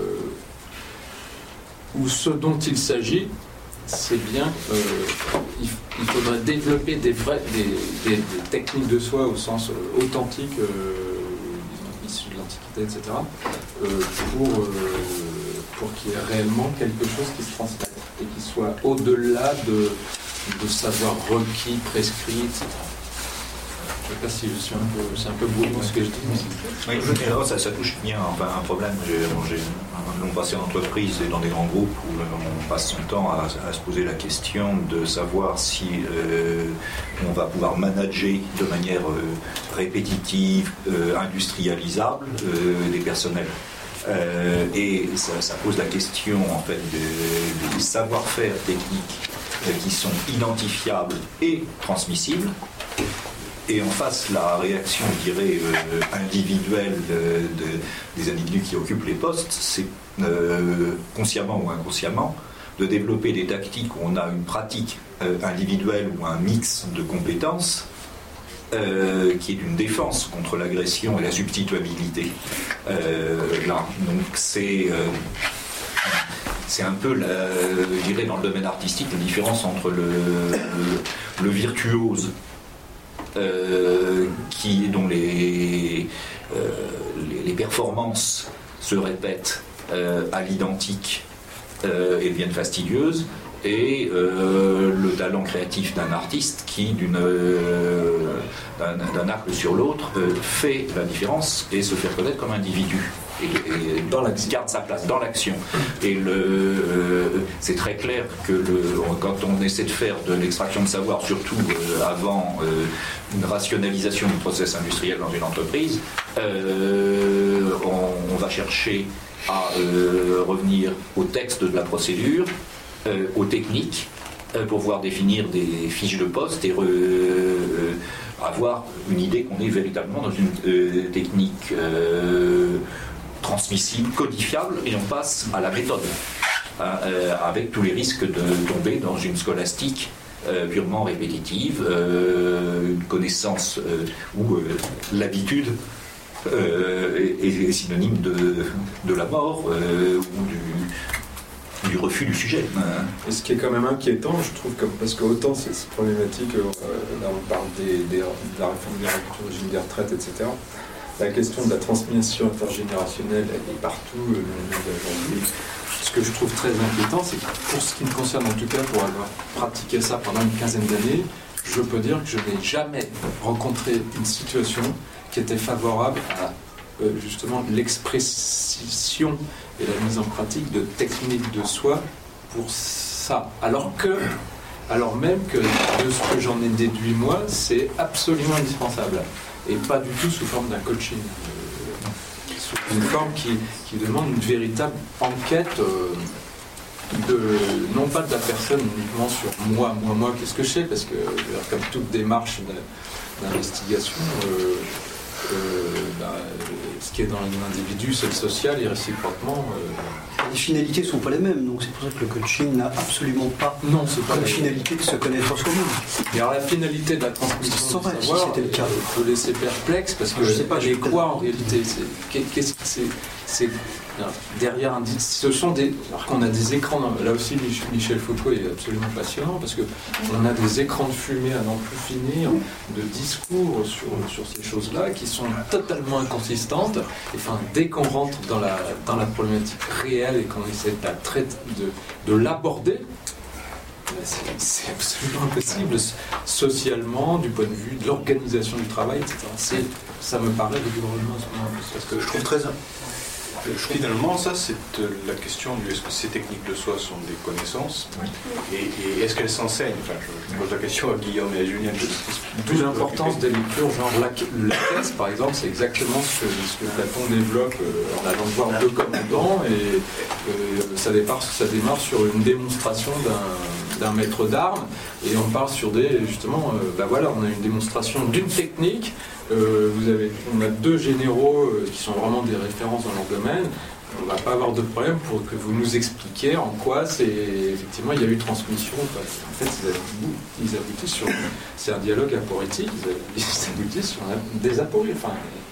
S6: où ce dont il s'agit, c'est bien euh, il, il faudrait développer des, vrais, des, des, des techniques de soi au sens euh, authentique, euh, issu de l'Antiquité, et cetera, euh, pour, euh, pour qu'il y ait réellement quelque chose qui se transmette et qui soit au-delà de, de savoir requis, prescrit, et cetera. Je ne sais pas si je suis un peu, c'est un peu brouillon ce que je dis. Mais...
S5: Oui, alors ça, ça touche bien enfin, un problème. J'ai, j'ai un long passé en entreprise et dans des grands groupes où on passe son temps à, à se poser la question de savoir si euh, on va pouvoir manager de manière euh, répétitive, euh, industrialisable euh, des personnels. Euh, et ça, ça pose la question en fait des de savoir-faire techniques euh, qui sont identifiables et transmissibles. Et en face, la réaction, je dirais, euh, individuelle de, de, des individus qui occupent les postes, c'est euh, consciemment ou inconsciemment de développer des tactiques où on a une pratique euh, individuelle ou un mix de compétences euh, qui est une défense contre l'agression et la substituabilité. Euh, là, donc c'est... Euh, C'est un peu, la, je dirais, dans le domaine artistique, la différence entre le, le, le virtuose, euh, qui, dont les, euh, les, les performances se répètent euh, à l'identique euh, et deviennent fastidieuses, et euh, le talent créatif d'un artiste qui, d'une, euh, d'un, d'un acte sur l'autre, euh, fait la différence et se fait reconnaître comme individu. et, et dans garde sa place dans l'action. Et le, euh, c'est très clair que le, quand on essaie de faire de l'extraction de savoir, surtout euh, avant euh, une rationalisation du process industriel dans une entreprise, euh, on, on va chercher à euh, revenir au texte de la procédure, euh, aux techniques, euh, pour pouvoir définir des fiches de poste et re, euh, avoir une idée qu'on est véritablement dans une euh, technique euh, transmissible, codifiable, et on passe à la méthode, hein, euh, avec tous les risques de tomber dans une scolastique euh, purement répétitive, euh, une connaissance euh, où euh, l'habitude euh, est, est synonyme de, de la mort euh, ou du, du refus du sujet. Hein.
S6: Et ce qui est quand même inquiétant, je trouve, que, parce que autant c'est, c'est problématique, euh, là on parle des, des, de la réforme des régime des retraites, et cetera. La question de la transmission intergénérationnelle, elle est partout euh, aujourd'hui. Ce que je trouve très inquiétant, c'est que pour ce qui me concerne en tout cas, pour avoir pratiqué ça pendant une quinzaine d'années, je peux dire que je n'ai jamais rencontré une situation qui était favorable à euh, justement l'expression et la mise en pratique de techniques de soi pour ça. Alors que, alors même que de ce que j'en ai déduit moi, c'est absolument indispensable. Et pas du tout sous forme d'un coaching. Euh, sous une forme qui, qui demande une véritable enquête, euh, de, non pas de la personne uniquement sur moi, moi, moi, qu'est-ce que je sais, parce que comme toute démarche d'investigation, euh, euh, bah, ce qui est dans l'individu, c'est le social, et réciproquement... Euh...
S1: Les finalités ne sont pas les mêmes, donc c'est pour ça que le coaching n'a absolument pas,
S6: non, c'est pas
S1: la finalité de se connaître soi-même.
S6: Et alors la finalité de la transmission
S1: du
S6: savoir,
S1: si c'était le cas.
S6: Il faut laisser perplexe, parce que
S1: je sais pas,
S6: elle est quoi en réalité, c'est, qu'est-ce que c'est, c'est derrière un ce sont des alors qu'on a des écrans, là aussi Michel Foucault est absolument passionnant, parce que on a des écrans de fumée à n'en plus finir, de discours sur, sur ces choses-là qui sont totalement inconsistantes, et enfin dès qu'on rentre dans la, dans la problématique réelle et qu'on essaie de, la traite, de, de l'aborder, c'est, c'est absolument impossible socialement, du point de vue de l'organisation du travail, et cetera. C'est, ça me paraît rigoureusement à ce moment-là. Parce que
S2: je trouve très...
S7: Finalement, ça, c'est la question du est-ce que ces techniques de soi sont des connaissances, oui. et, et est-ce qu'elles s'enseignent. Enfin, je, je pose la question à Guillaume et à Julien.
S6: D'où l'importance des lectures, genre la, la caisse, par exemple, c'est exactement ce que, ce que Platon développe euh, en allant voir deux commandants, et euh, ça, démarre, ça démarre sur une démonstration d'un, d'un maître d'armes, et on parle sur des, justement, euh, ben voilà, on a une démonstration d'une technique. Euh, vous avez, on a deux généraux euh, qui sont vraiment des références dans leur domaine. On ne va pas avoir de problème pour que vous nous expliquiez en quoi c'est effectivement il y a eu transmission. En fait, ils, ils aboutissent sur c'est un dialogue aporétique. Ils aboutissent sur des apories. Enfin,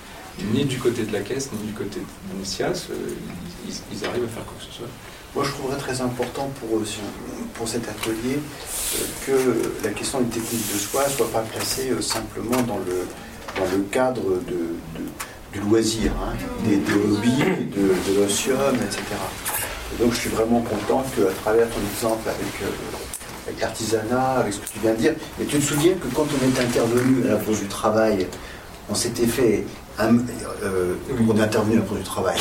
S6: ni du côté de la caisse ni du côté de Nicias, euh, ils, ils arrivent à faire quoi que ce soit.
S2: Moi, je trouverais très important pour, pour cet atelier euh, que la question des techniques de soi ne soit pas placée euh, simplement dans le dans le cadre de, de, du loisir, hein, des, des hobbies, de, de l'osium, et cetera. Et donc je suis vraiment content qu'à travers ton exemple avec, euh, avec l'artisanat, avec ce que tu viens de dire, mais tu te souviens que quand on est intervenu à la Bourse du Travail, on s'était fait... Un, euh, on est intervenu à la Bourse du Travail.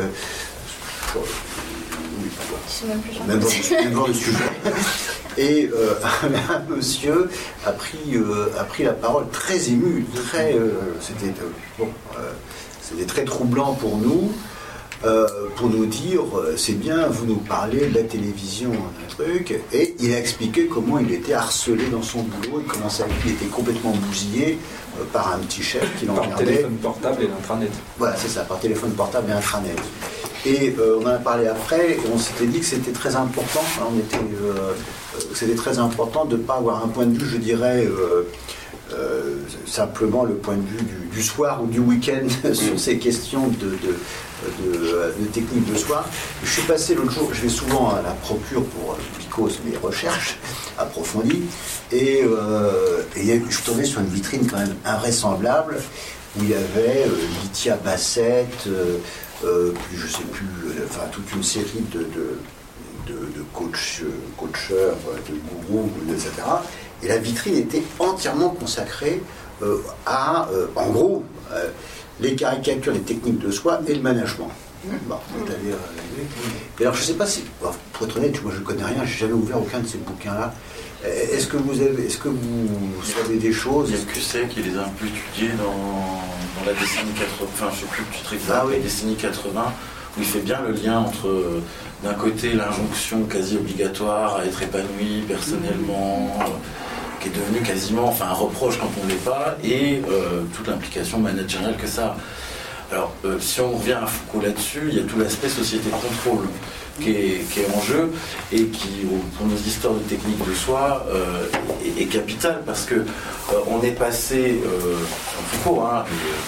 S4: Je sais même plus.
S2: Même dans, même dans le sujet. Et euh, un monsieur a pris, euh, a pris la parole très ému, très, euh, c'était, euh, bon, euh, c'était très troublant pour nous, euh, pour nous dire, euh, c'est bien, vous nous parlez de la télévision, un truc, et il a expliqué comment il était harcelé dans son boulot, et comment ça, il était complètement bousillé euh, par un petit chef qui l'emmerdait.
S6: Par téléphone portable et l'intranet.
S2: Voilà, c'est ça, par téléphone portable et intranet. Et euh, on en a parlé après, et on s'était dit que c'était très important, hein, on était, euh, c'était très important de ne pas avoir un point de vue, je dirais, euh, euh, simplement le point de vue du, du soir ou du week-end sur ces questions de, de, de, de technique de soir. Je suis passé l'autre jour, je vais souvent à la procure pour Picos, mes recherches approfondies, et, euh, et je suis tombé sur une vitrine quand même invraisemblable, où il y avait euh, Lithia Bassett, euh, Euh, puis je sais plus, euh, enfin toute une série de, de, de, de coach, euh, coacheurs, de gourous, et cetera. Et la vitrine était entièrement consacrée euh, à, euh, en gros, euh, les caricatures des techniques de soi et le management. Bon, c'est-à-dire, euh, et alors je ne sais pas si, bon, pour être honnête, moi je ne connais rien, je n'ai jamais ouvert aucun de ces bouquins-là. Est-ce que vous avez, est-ce que vous savez des choses?
S8: Il y a Q C qui les a un peu étudiés dans, dans la décennie quatre-vingts, enfin je ne sais plus le titre exact, ah, oui. La décennie quatre-vingts, où il fait bien le lien entre euh, d'un côté l'injonction quasi obligatoire à être épanoui personnellement, euh, qui est devenu quasiment enfin, un reproche quand on ne l'est pas, et euh, toute l'implication managériale que ça a. Alors, euh, si on revient à Foucault là-dessus, il y a tout l'aspect société de contrôle qui est, qui est en jeu et qui, pour nos histoires de technique de soi, euh, est, est capital parce que euh, on est passé, euh, Foucault, hein,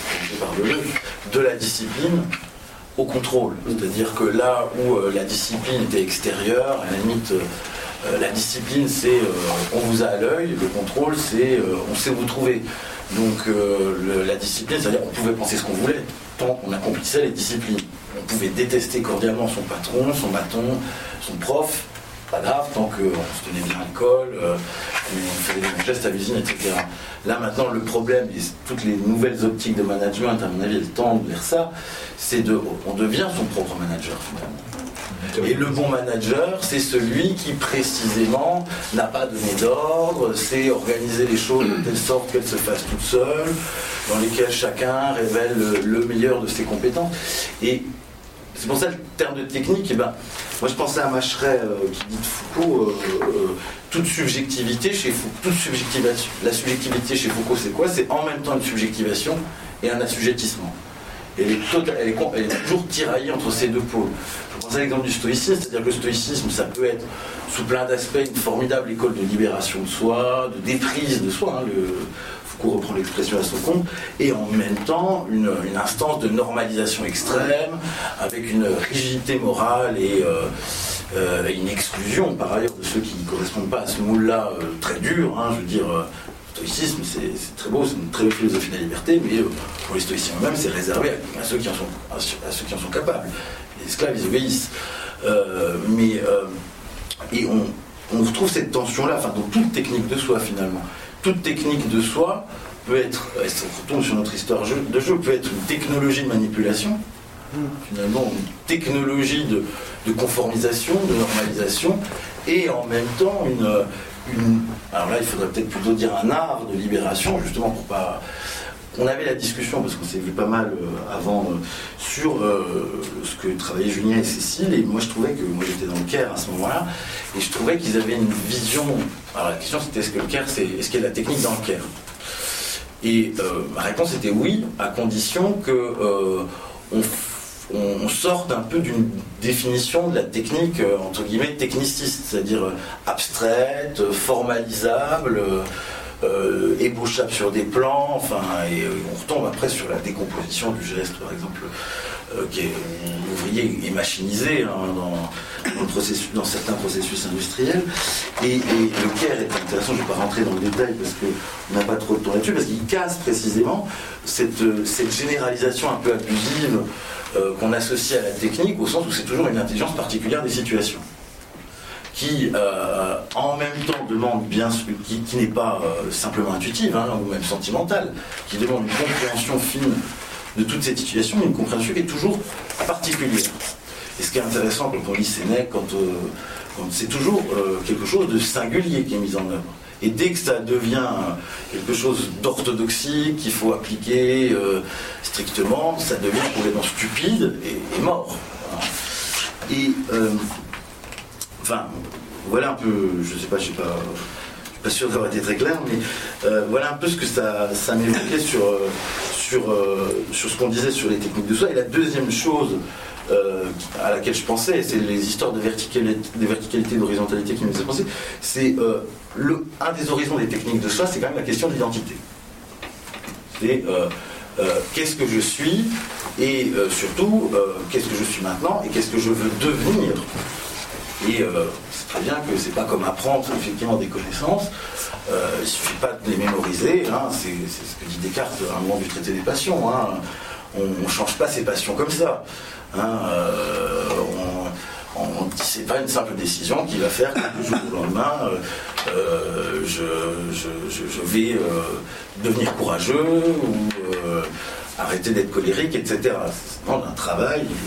S8: de la discipline au contrôle. C'est-à-dire que là où euh, la discipline était extérieure, à la limite, euh, la discipline c'est euh, on vous a à l'œil, le contrôle c'est euh, on sait vous trouver. Donc euh, le, la discipline, c'est-à-dire qu'on pouvait penser ce qu'on voulait tant qu'on accomplissait les disciplines. On pouvait détester cordialement son patron, son bâton, son prof, pas grave, tant qu'on se tenait bien à l'école, euh, on faisait des bons gestes à l'usine, et cetera. Là maintenant, le problème, et toutes les nouvelles optiques de management, à mon avis, elles tendent vers ça, c'est de, on devient son propre manager finalement. Et le bon manager, c'est celui qui précisément n'a pas donné d'ordre, c'est organiser les choses de telle sorte qu'elles se fassent toutes seules, dans lesquelles chacun révèle le, le meilleur de ses compétences. Et c'est pour ça le terme de technique, eh ben, moi je pensais à Macheret euh, qui dit de Foucault, euh, euh, toute subjectivité chez Foucault, toute subjectivation, la subjectivité chez Foucault c'est quoi? C'est en même temps une subjectivation et un assujettissement. Elle est, total, elle, est, elle est toujours tiraillée entre ces deux pôles. Je pense à l'exemple du stoïcisme, c'est-à-dire que le stoïcisme, ça peut être sous plein d'aspects une formidable école de libération de soi, de déprise de soi, hein, le, Foucault reprend l'expression à son compte, et en même temps une, une instance de normalisation extrême, avec une rigidité morale et euh, euh, une exclusion par ailleurs de ceux qui ne correspondent pas à ce moule-là euh, très dur, hein, je veux dire. Euh, Le stoïcisme, c'est très beau, c'est une très belle philosophie de la liberté, mais euh, pour les stoïciens eux-mêmes, c'est réservé à, à, ceux qui en sont, à, à ceux qui en sont capables. Les esclaves, ils obéissent. Euh, mais, euh, et on, on retrouve cette tension-là, enfin, dans toute technique de soi, finalement. Toute technique de soi peut être, et ça retourne sur notre histoire de jeu, peut être une technologie de manipulation, finalement, une technologie de, de conformisation, de normalisation, et en même temps, une... Une, alors là, il faudrait peut-être plutôt dire un art de libération, justement pour pas. On avait la discussion, parce qu'on s'est vu pas mal euh, avant, euh, sur euh, ce que travaillaient Julien et Cécile, et moi je trouvais que, moi j'étais dans le Caire à ce moment-là, et je trouvais qu'ils avaient une vision. Alors la question c'était est-ce que le Caire, c'est, est-ce qu'il y a de la technique dans le Caire? Et euh, ma réponse était oui, à condition que euh, on on sorte un peu d'une définition de la technique, euh, entre guillemets, techniciste, c'est-à-dire euh, abstraite, euh, formalisable, euh, euh, ébauchable sur des plans, enfin, et euh, on retombe après sur la décomposition du geste, par exemple, euh, qui est l'ouvrier est machinisé hein, dans, dans, le processus, dans certains processus industriels, et, et le Caire est intéressant, je ne vais pas rentrer dans le détail parce qu'on n'a pas trop de temps là-dessus, parce qu'il casse précisément cette, cette généralisation un peu abusive Euh, qu'on associe à la technique au sens où c'est toujours une intelligence particulière des situations qui euh, en même temps demande bien qui, qui n'est pas euh, simplement intuitive hein, ou même sentimentale, qui demande une compréhension fine de toutes ces situations, une compréhension qui est toujours particulière. Et ce qui est intéressant quand on lit Sénèque, quand, euh, quand c'est toujours euh, quelque chose de singulier qui est mis en œuvre. Et dès que ça devient quelque chose d'orthodoxique, qu'il faut appliquer euh, strictement, ça devient complètement stupide et, et mort. Et, euh, enfin, voilà un peu, je sais pas, je sais pas, je suis pas sûr d'avoir été très clair, mais euh, voilà un peu ce que ça, ça m'évoquait sur, sur, euh, sur ce qu'on disait sur les techniques de soi. Et la deuxième chose Euh, à laquelle je pensais, c'est les histoires de verticalité, de verticalité, d'horizontalité qui me faisaient penser, c'est euh, le, un des horizons des techniques de soi, c'est quand même la question de l'identité. C'est euh, euh, qu'est-ce que je suis et euh, surtout euh, qu'est-ce que je suis maintenant et qu'est-ce que je veux devenir. Et euh, c'est très bien que c'est pas comme apprendre effectivement des connaissances, euh, il suffit pas de les mémoriser, hein, c'est, c'est ce que dit Descartes à un moment du traité des passions, hein, on ne change pas ses passions comme ça. Hein, euh, on, on, c'est pas une simple décision qui va faire que du jour au lendemain euh, euh, je, je, je, je vais euh, devenir courageux ou euh, arrêter d'être colérique, et cetera. C'est vraiment un travail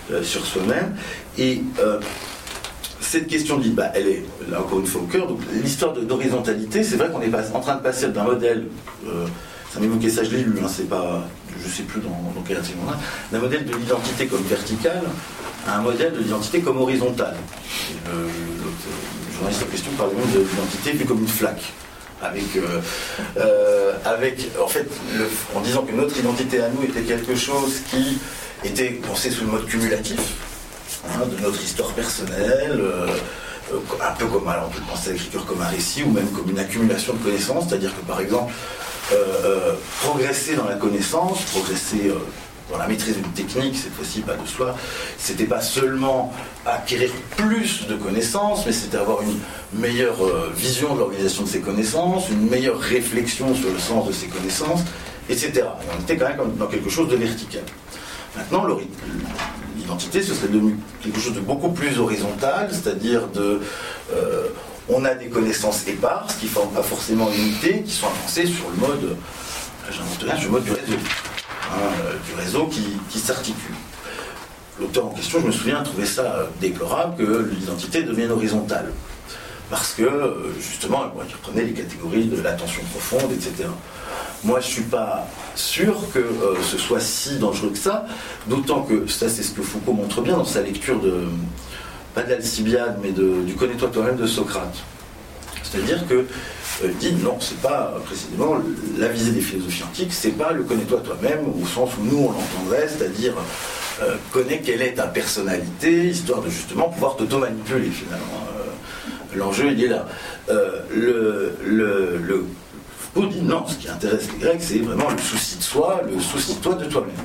S8: euh, sur soi-même. Et euh, cette question dit, bah, elle est là encore une fois au cœur. Donc l'histoire de, d'horizontalité, c'est vrai qu'on est pas, en train de passer d'un modèle, euh, ça m'évoquait ça, je l'ai lu, hein, c'est pas, je sais plus dans, dans quel article on a, d'un modèle de l'identité comme verticale à un modèle de l'identité comme horizontale. Et le, le journaliste en question parle même de l'identité vue comme une flaque. Avec, euh, euh, avec, en fait, le, en disant que notre identité à nous était quelque chose qui était pensé sous le mode cumulatif, hein, de notre histoire personnelle, euh, un peu comme, alors on peut penser à l'écriture comme un récit ou même comme une accumulation de connaissances, c'est-à-dire que par exemple, euh, euh, progresser dans la connaissance, progresser euh, dans la maîtrise d'une technique, cette fois-ci pas de soi, c'était pas seulement acquérir plus de connaissances, mais c'était avoir une meilleure euh, vision de l'organisation de ces connaissances, une meilleure réflexion sur le sens de ces connaissances, et cetera. Et on était quand même dans quelque chose de vertical. Maintenant, l'identité, ce serait devenu quelque chose de beaucoup plus horizontal, c'est-à-dire de... Euh, on a des connaissances éparses qui ne forment pas forcément une unité, qui sont avancées sur le mode, j'invente rien, sur le mode du réseau. Hein, du réseau qui, qui s'articule. L'auteur en question, je me souviens, trouvait ça déplorable que l'identité devienne horizontale. Parce que, justement, il reprenait les catégories de l'attention profonde, et cetera. Moi, je ne suis pas sûr que euh, ce soit si dangereux que ça, d'autant que, ça c'est ce que Foucault montre bien dans sa lecture de, pas de l'Alcibiade, mais de, du Connais-toi toi-même de Socrate. C'est-à-dire que Euh, dit non, c'est pas euh, précisément la visée des philosophies antiques, c'est pas le connais-toi toi-même au sens où nous on l'entendrait, c'est-à-dire euh, connais quelle est ta personnalité, histoire de justement pouvoir t'auto-manipuler finalement. Euh, l'enjeu il est là. Euh, le, le, le Foucault dit non, ce qui intéresse les Grecs, c'est vraiment le souci de soi, le souci de toi de toi-même.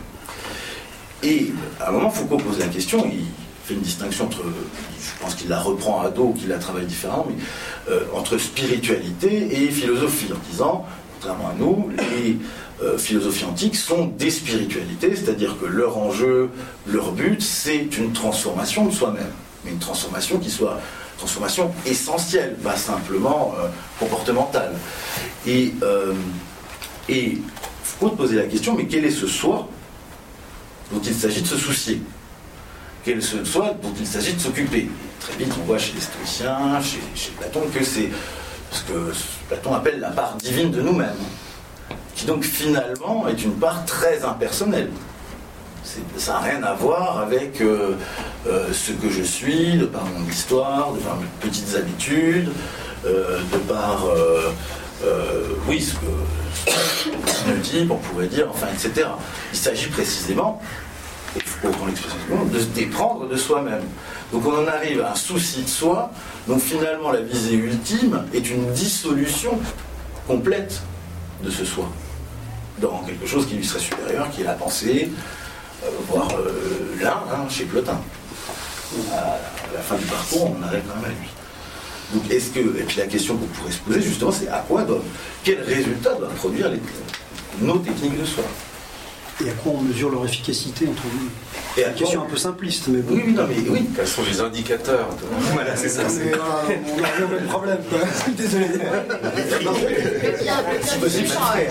S8: Et à un moment, Foucault pose la question, il fait une distinction entre, je pense qu'il la reprend à dos ou qu'il la travaille différemment, mais euh, entre spiritualité et philosophie, en disant, contrairement à nous, les euh, philosophies antiques sont des spiritualités, c'est-à-dire que leur enjeu, leur but, c'est une transformation de soi-même, mais une transformation qui soit une transformation essentielle, pas simplement euh, comportementale. Et, euh, et Foucault posait la question, mais quel est ce soi dont il s'agit de se soucier? Quel est ce soi dont il s'agit de s'occuper? Très vite, on voit chez les stoïciens, chez, chez Platon, que c'est ce que Platon appelle la part divine de nous-mêmes, qui donc finalement est une part très impersonnelle. C'est, ça n'a rien à voir avec euh, euh, ce que je suis, de par mon histoire, de par mes petites habitudes, euh, de par, euh, euh, oui, ce que le type, on pourrait dire, enfin, et cetera. Il s'agit précisément, et Foucault l'expression de se déprendre de soi-même. Donc on en arrive à un souci de soi, donc finalement la visée ultime est une dissolution complète de ce soi, dans quelque chose qui lui serait supérieur, qui est la pensée, euh, voire euh, l'un, hein, chez Plotin. À la fin du parcours, on arrive quand même à lui. Donc est-ce que, et puis la question qu'on pourrait se poser justement, c'est à quoi doivent, quel résultat doivent produire les, nos techniques de soi?
S1: Et à quoi on mesure leur efficacité entre nous?
S8: C'est
S1: une question un peu simpliste, mais bon.
S8: Oui, oui, non, mais oui.
S3: Quels sont les indicateurs de...
S5: Voilà, c'est ça.
S1: Mais, euh, on a le même problème, quoi. Désolé.
S2: C'est possible, ça se fait.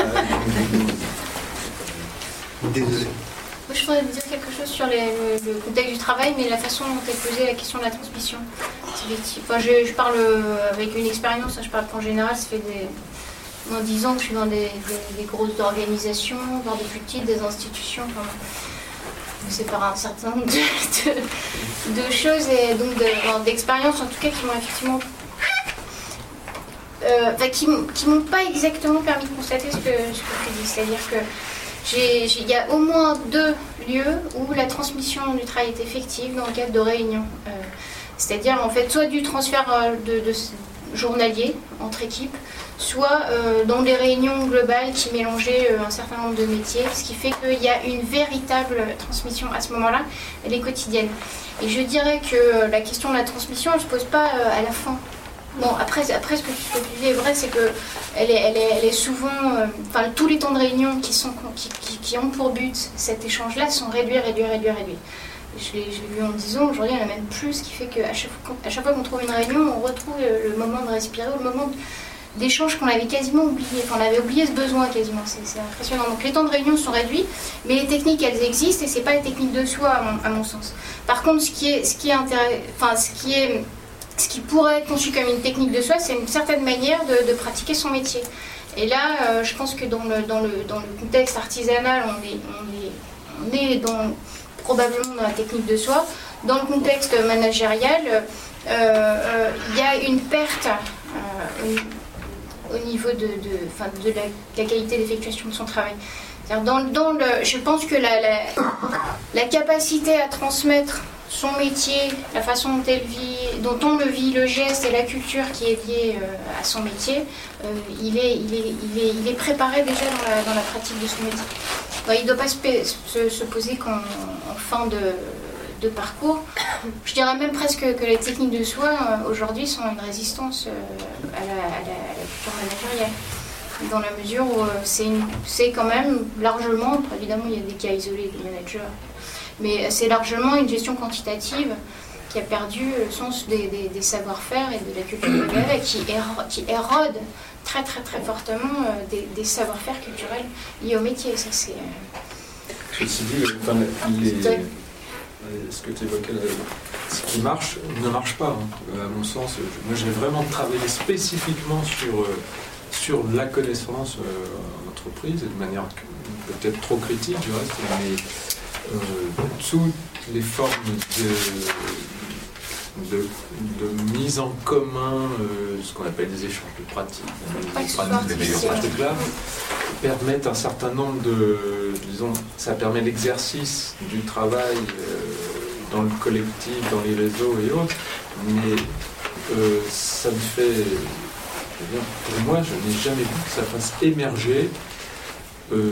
S1: Désolé.
S9: Moi, je voudrais dire quelque chose sur les, le, le contexte du travail, mais la façon dont est posée la question de la transmission. Enfin, je, je parle avec une expérience, je parle qu'en général, ça fait des... En dix ans que je suis dans des, des, des grosses organisations, voire des plus petites, des institutions. Enfin, c'est par un certain nombre de, de, de choses et donc de, d'expériences en tout cas qui m'ont effectivement, euh, enfin, qui, qui m'ont pas exactement permis de constater ce que, ce que tu dis. C'est-à-dire que j'ai, j'ai, il y a au moins deux lieux où la transmission du travail est effective dans le cadre de réunions. Euh, c'est-à-dire en fait soit du transfert de, de journalier entre équipes, soit euh, dans des réunions globales qui mélangeaient euh, un certain nombre de métiers, ce qui fait qu'il y a une véritable transmission à ce moment-là, elle est quotidienne. Et je dirais que euh, la question de la transmission, elle ne se pose pas euh, à la fin. Bon, après, après ce que tu, ce que tu dis est vrai, c'est qu'elle est, elle est, elle est souvent... Euh, enfin, tous les temps de réunion qui, sont, qui, qui, qui ont pour but cet échange-là sont réduits, réduits, réduits, réduits. Je l'ai, je l'ai vu en dix ans, aujourd'hui il y en a même plus, ce qui fait qu'à chaque, à chaque fois qu'on trouve une réunion, on retrouve le, le moment de respirer, le moment d'échanges qu'on avait quasiment oubliés. Enfin, on avait oublié ce besoin quasiment, c'est, c'est impressionnant. Donc les temps de réunion sont réduits, mais les techniques, elles existent, et c'est pas les techniques de soi, à mon, à mon sens. Par contre, ce qui est, ce qui est intéressant, enfin, ce qui est, ce qui pourrait être conçu comme une technique de soi, c'est une certaine manière de, de pratiquer son métier. Et là, euh, je pense que dans le, dans le, dans le contexte artisanal, on est, on est, on est dans, probablement dans la technique de soi. Dans le contexte managérial, il euh, euh, y a une perte euh, au, au niveau de, de, enfin, de, la, de la qualité d'effectuation de son travail. Dans, dans le, je pense que la, la, la capacité à transmettre son métier, la façon dont, elle vit, dont on le vit, le geste et la culture qui est liée euh, à son métier, euh, il, est, il, est, il, est, il est préparé déjà dans la, dans la pratique de son métier. Donc, il ne doit pas se, se, se poser qu'en en fin de, de parcours. Je dirais même presque que les techniques de soi, euh, aujourd'hui, sont une résistance euh, à, la, à, la, à la culture managériale. Dans la mesure où euh, c'est, une, c'est quand même largement, évidemment il y a des cas isolés de managers, mais c'est largement une gestion quantitative qui a perdu le sens des, des, des savoir-faire et de la culture de la qui, éro, qui érode très très très fortement euh, des, des savoir-faire culturels liés au métier. Ça, c'est, euh...
S6: Ceci dit, enfin, les, ce que tu évoquais là, ce qui marche ne marche pas, hein. À mon sens. Moi j'ai vraiment travaillé spécifiquement sur, euh, sur la connaissance euh, en entreprise, et de manière peut-être trop critique du reste, mais Euh, toutes les formes de, de, de mise en commun, euh, ce qu'on appelle des échanges de pratiques, des meilleures pratiques là, permettent un certain nombre de, disons, ça permet l'exercice du travail euh, dans le collectif, dans les réseaux et autres, mais euh, ça me fait, pour moi, je n'ai jamais vu que ça fasse émerger euh,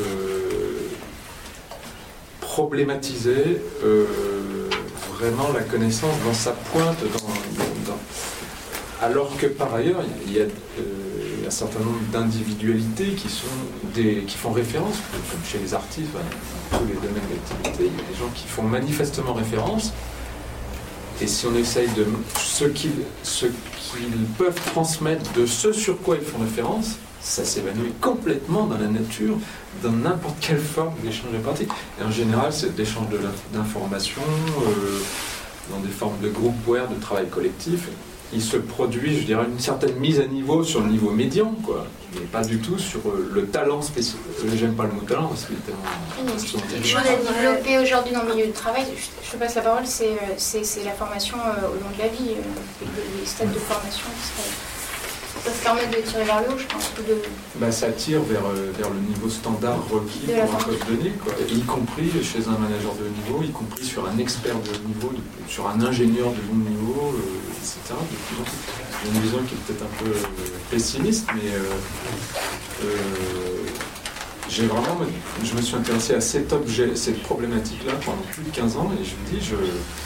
S6: problématiser euh, vraiment la connaissance dans sa pointe, dans, dans... alors que par ailleurs il y a, euh, un certain nombre d'individualités qui, sont des, qui font référence, comme chez les artistes, dans tous les domaines d'activité, il y a des gens qui font manifestement référence, et si on essaye de ce qu'ils, ce qu'ils peuvent transmettre de ce sur quoi ils font référence, ça s'évanouit complètement dans la nature, dans n'importe quelle forme d'échange de pratiques. Et en général, c'est l'échange d'informations, euh, dans des formes de groupware, de travail collectif. Il se produit, je dirais, une certaine mise à niveau sur le niveau médian, quoi, mais pas du tout sur euh, le talent spécifique. J'aime pas le mot talent parce qu'il est tellement...
S9: Quelque chose à développer aujourd'hui dans le milieu du travail, je te passe la parole, c'est, c'est, c'est la formation euh, au long de la vie, euh, les stades de formation qui seraient... Ça peut permettre de tirer vers le haut, je pense. De...
S6: Bah, ça tire vers, vers le niveau standard requis pour un poste donné, quoi. Y compris chez un manager de haut niveau, y compris sur un expert de haut niveau, de, sur un ingénieur de haut niveau, euh, et cetera. J'ai une vision qui est peut-être un peu euh, pessimiste, mais euh, euh, j'ai vraiment, je me suis intéressé à cet objet, cette problématique-là pendant plus de quinze ans, et je me dis, je...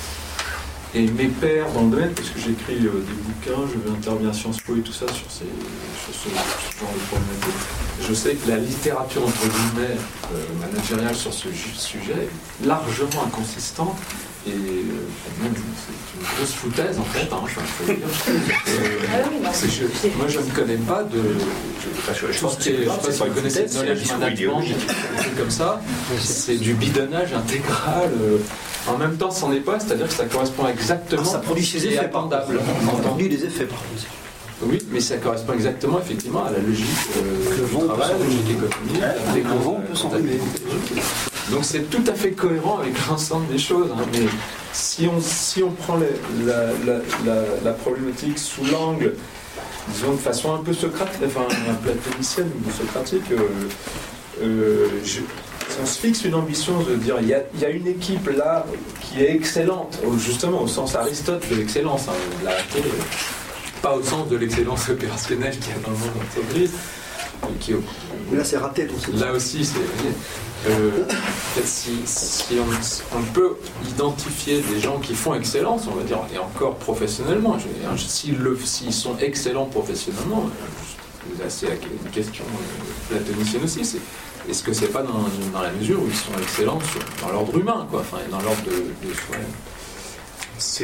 S6: Et mes pairs dans le domaine, parce que j'écris euh, des bouquins, je vais intervenir à Sciences Po et tout ça sur, ces, sur ce, ce genre de problématique. Je sais que la littérature, entre guillemets, euh, managériale sur ce sujet est largement inconsistante. Et euh, même, c'est une grosse foutaise en fait, hein, je faut le dire. Euh, c'est, je, moi je ne connais pas de. Je, je, je pense que je ne sais pas si vous connaissez le knowledge management, des trucs comme ça. C'est du bidonnage intégral. Euh, en même temps, c'en est pas, c'est-à-dire que ça correspond exactement.
S1: Alors, ça produit ses effets, attendable. On a entendu les effets par contre.
S6: Oui, mais ça correspond exactement effectivement à la logique euh, le du travail, à la logique économique.
S1: Ouais, le vent peut s'enrhumer.
S6: Donc c'est tout à fait cohérent avec l'ensemble des choses. Hein, mais si on, si on prend les, la, la, la, la problématique sous l'angle, disons de façon un peu socratique, enfin platonicienne ou socratique, euh, euh, je, si on se fixe une ambition de dire il y a, il y a une équipe là qui est excellente, justement au sens Aristote de l'excellence, hein, la, pas au sens de l'excellence opérationnelle qu'il y a dans le monde d'entreprise. Qui,
S1: là c'est raté donc c'est
S6: là aussi c'est euh, si, si on, on peut identifier des gens qui font excellence, on va dire, et encore professionnellement, je, s'ils, le, s'ils sont excellents professionnellement, c'est assez une question platonicienne aussi, c'est est-ce que c'est pas dans, dans la mesure où ils sont excellents sur, dans l'ordre humain, quoi, enfin dans l'ordre de, de soi.
S3: C'est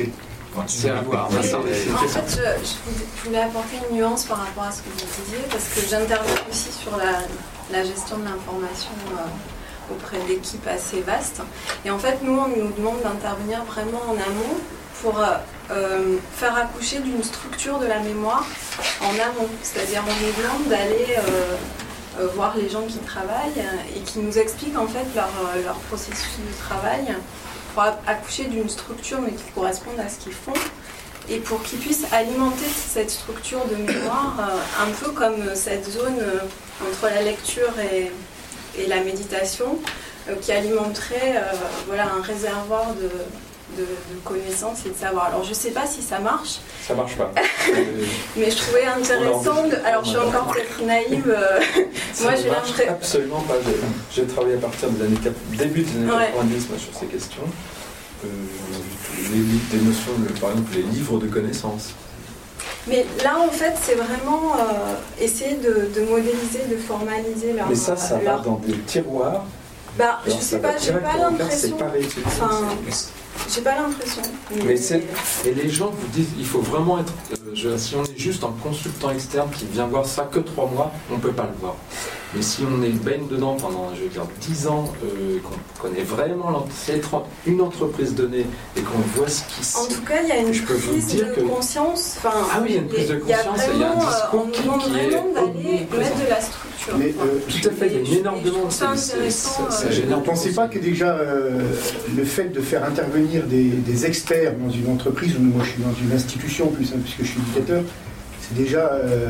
S6: C'est à voir.
S10: En fait, je, je voulais apporter une nuance par rapport à ce que vous disiez, parce que j'interviens aussi sur la, la gestion de l'information euh, auprès d'équipes assez vastes. Et en fait, nous, on nous demande d'intervenir vraiment en amont pour euh, faire accoucher d'une structure de la mémoire en amont. C'est-à-dire, on nous demande d'aller euh, euh, voir les gens qui travaillent et qui nous expliquent en fait leur, leur processus de travail, pour accoucher d'une structure mais qui corresponde à ce qu'ils font et pour qu'ils puissent alimenter cette structure de mémoire euh, un peu comme cette zone euh, entre la lecture et, et la méditation euh, qui alimenterait euh, voilà, un réservoir de, de, de connaissances et de savoir. Alors je ne sais pas si ça marche.
S6: Ça marche pas.
S10: Mais je trouvais intéressant de... Alors je suis encore peut-être naïve. Euh...
S6: Moi j'ai l'impression... Absolument pas. J'ai travaillé à partir de l'année début des années ouais. quatre-vingt-dix moi, sur ces questions. Euh, les, des notions, de, par exemple les livres de connaissances.
S10: Mais là en fait c'est vraiment euh, essayer de, de modéliser, de formaliser leur...
S6: Mais ça, ça leur... va dans des tiroirs.
S10: Bah je sais pas, j'ai pas l'impression... Enfin, j'ai pas l'impression.
S6: Mais, mais c'est, et les gens vous disent, il faut vraiment être. Euh, je, si on est juste un consultant externe qui vient voir ça que trois mois, on peut pas le voir. Mais si on est baigne dedans pendant, je veux dire, dix ans, euh, qu'on connaît vraiment une entreprise donnée et qu'on voit ce qui se...
S10: En tout cas, il y a une prise de que... conscience. Enfin,
S6: ah oui, il y a une prise de conscience et il y a un discours qui, qui est
S10: d'aller mettre de la structure.
S6: Mais euh, tout à fait, il y a une énorme demande.
S10: C'est intéressant.
S1: Vous ne pensez pas que déjà euh, le fait de faire intervenir des, des experts dans une entreprise, ou moi je suis dans une institution plus, hein, puisque je suis éducateur, c'est déjà... Euh,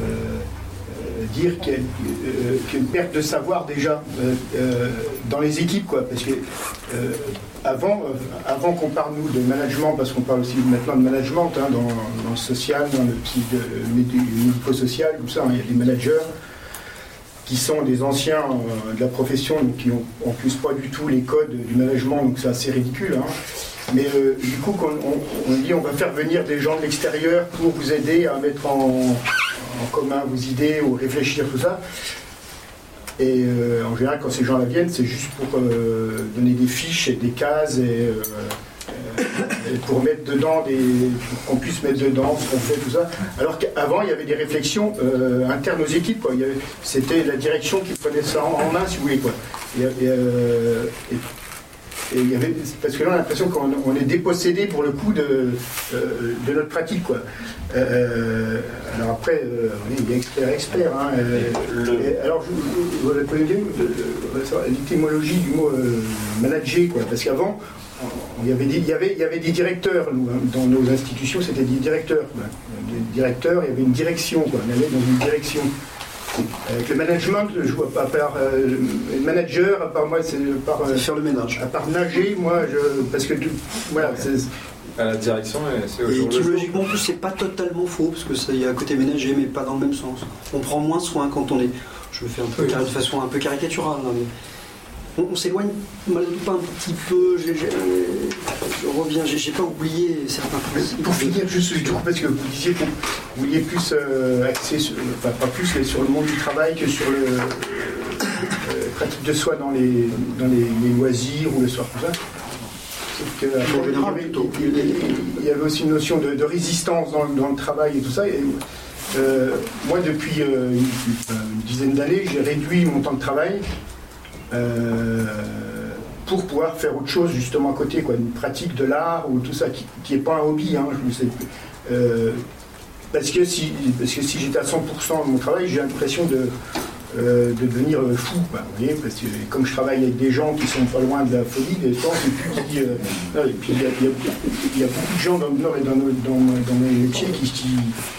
S1: dire qu'il y a euh, qu'il y a une perte de savoir déjà euh, euh, dans les équipes, quoi, parce que euh, avant, euh, avant qu'on parle nous de management, parce qu'on parle aussi maintenant de management hein, dans, dans le social, dans le médico-social, tout ça, hein, il y a des managers qui sont des anciens euh, de la profession, donc qui n'ont en plus pas du tout les codes du management, donc c'est assez ridicule. Hein. Mais euh, du coup, on, on, on dit on va faire venir des gens de l'extérieur pour vous aider à mettre en, en commun vos idées ou réfléchir, tout ça. Et euh, en général, quand ces gens-là viennent, c'est juste pour euh, donner des fiches et des cases et, euh, et pour mettre dedans, des, pour qu'on puisse mettre dedans ce qu'on fait, tout ça. Alors qu'avant, il y avait des réflexions euh, internes aux équipes, quoi. Il y avait, c'était la direction qui prenait ça en, en main, si vous voulez, quoi. Et, et, euh, et, Et il y avait, parce que là on a l'impression qu'on on est dépossédé pour le coup de, euh, de notre pratique, quoi. Euh, alors après, euh, il y a expert expert. Hein, euh, le... et alors vous connaissez l'étymologie du mot euh, manager, quoi, parce qu'avant il y avait des, il y avait, il y avait des directeurs, nous, hein, dans nos institutions c'était des directeurs, quoi. Des directeurs, il y avait une direction, quoi. On allait dans une direction. Avec le management, je vois pas, à part euh, le manager, à part moi, c'est par euh,
S11: faire le ménage.
S1: À part nager, moi, je, parce que voilà, c'est,
S6: à la direction, c'est au
S11: et
S6: jour
S11: étymologiquement, en plus, c'est pas totalement faux parce que ça y a un côté ménager, mais pas dans le même sens. On prend moins soin quand on est. Je le fais un peu oui. de façon un peu caricaturale. Là, mais on, on s'éloigne malgré tout pas un petit peu. J'ai, j'ai, je reviens, j'ai, j'ai pas oublié certains principes.
S1: Pour finir, juste du coup, parce que vous disiez que vous vouliez plus euh, axer, sur, enfin pas plus, mais sur le monde du travail que sur le euh, pratique de soi dans les dans les, les loisirs ou le soir, tout ça. Sauf que, après, il, y avait, il, il y avait aussi une notion de, de résistance dans, dans le travail et tout ça. Et, euh, moi, depuis euh, une, une dizaine d'années, j'ai réduit mon temps de travail. Euh, pour pouvoir faire autre chose justement à côté, quoi, une pratique de l'art ou tout ça qui n'est pas un hobby, hein, je sais, euh, parce que si parce que si j'étais à cent pour cent de mon travail, j'ai l'impression de euh, de devenir fou, quoi, vous voyez, parce que comme je travaille avec des gens qui sont pas loin de la folie des temps, et puis qui, euh, et puis il y, y, y a beaucoup de gens dans le Nord et dans nos, dans, dans mes métiers qui, qui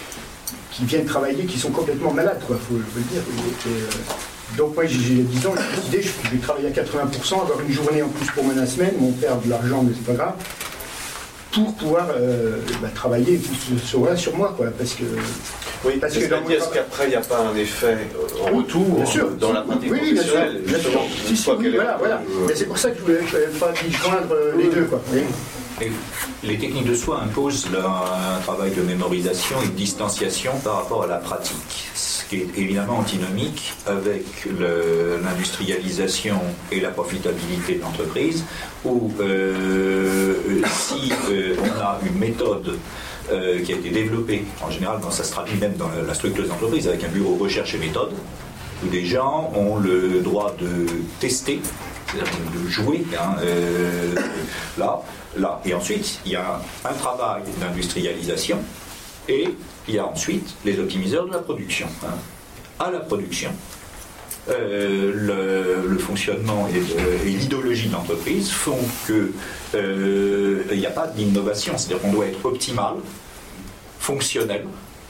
S1: qui viennent travailler, qui sont complètement malades, quoi, faut, faut le dire. Et, euh, donc moi j'ai dix ans, j'ai décidé, je vais travailler à quatre-vingts pour cent, avoir une journée en plus pour moi la semaine, on perd de l'argent mais c'est pas grave, pour pouvoir euh, bah, travailler sur, sur, sur moi, quoi, parce que...
S3: Oui, parce que dans est-ce qu'après il n'y a pas un effet en retour
S1: bien sûr,
S3: dans la pratique
S1: oui,
S3: professionnelle,
S1: bien sûr, bien sûr. Si, si, oui, voilà, voilà. Mais c'est pour ça que je ne voulais pas y joindre les deux, quoi. Oui.
S5: Et les techniques de soi imposent là, un travail de mémorisation et de distanciation par rapport à la pratique, ce qui est évidemment antinomique avec le, l'industrialisation et la profitabilité de l'entreprise, où euh, si euh, on a une méthode euh, qui a été développée, en général ça se traduit même dans la structure des entreprises avec un bureau recherche et méthode, où des gens ont le droit de tester, c'est-à-dire de jouer, hein, euh, là, là. Et ensuite, il y a un, un travail d'industrialisation et il y a ensuite les optimiseurs de la production. Hein. À la production, euh, le, le fonctionnement et, le, et l'idéologie de l'entreprise font qu'il euh, n'y a pas d'innovation, c'est-à-dire qu'on doit être optimal, fonctionnel,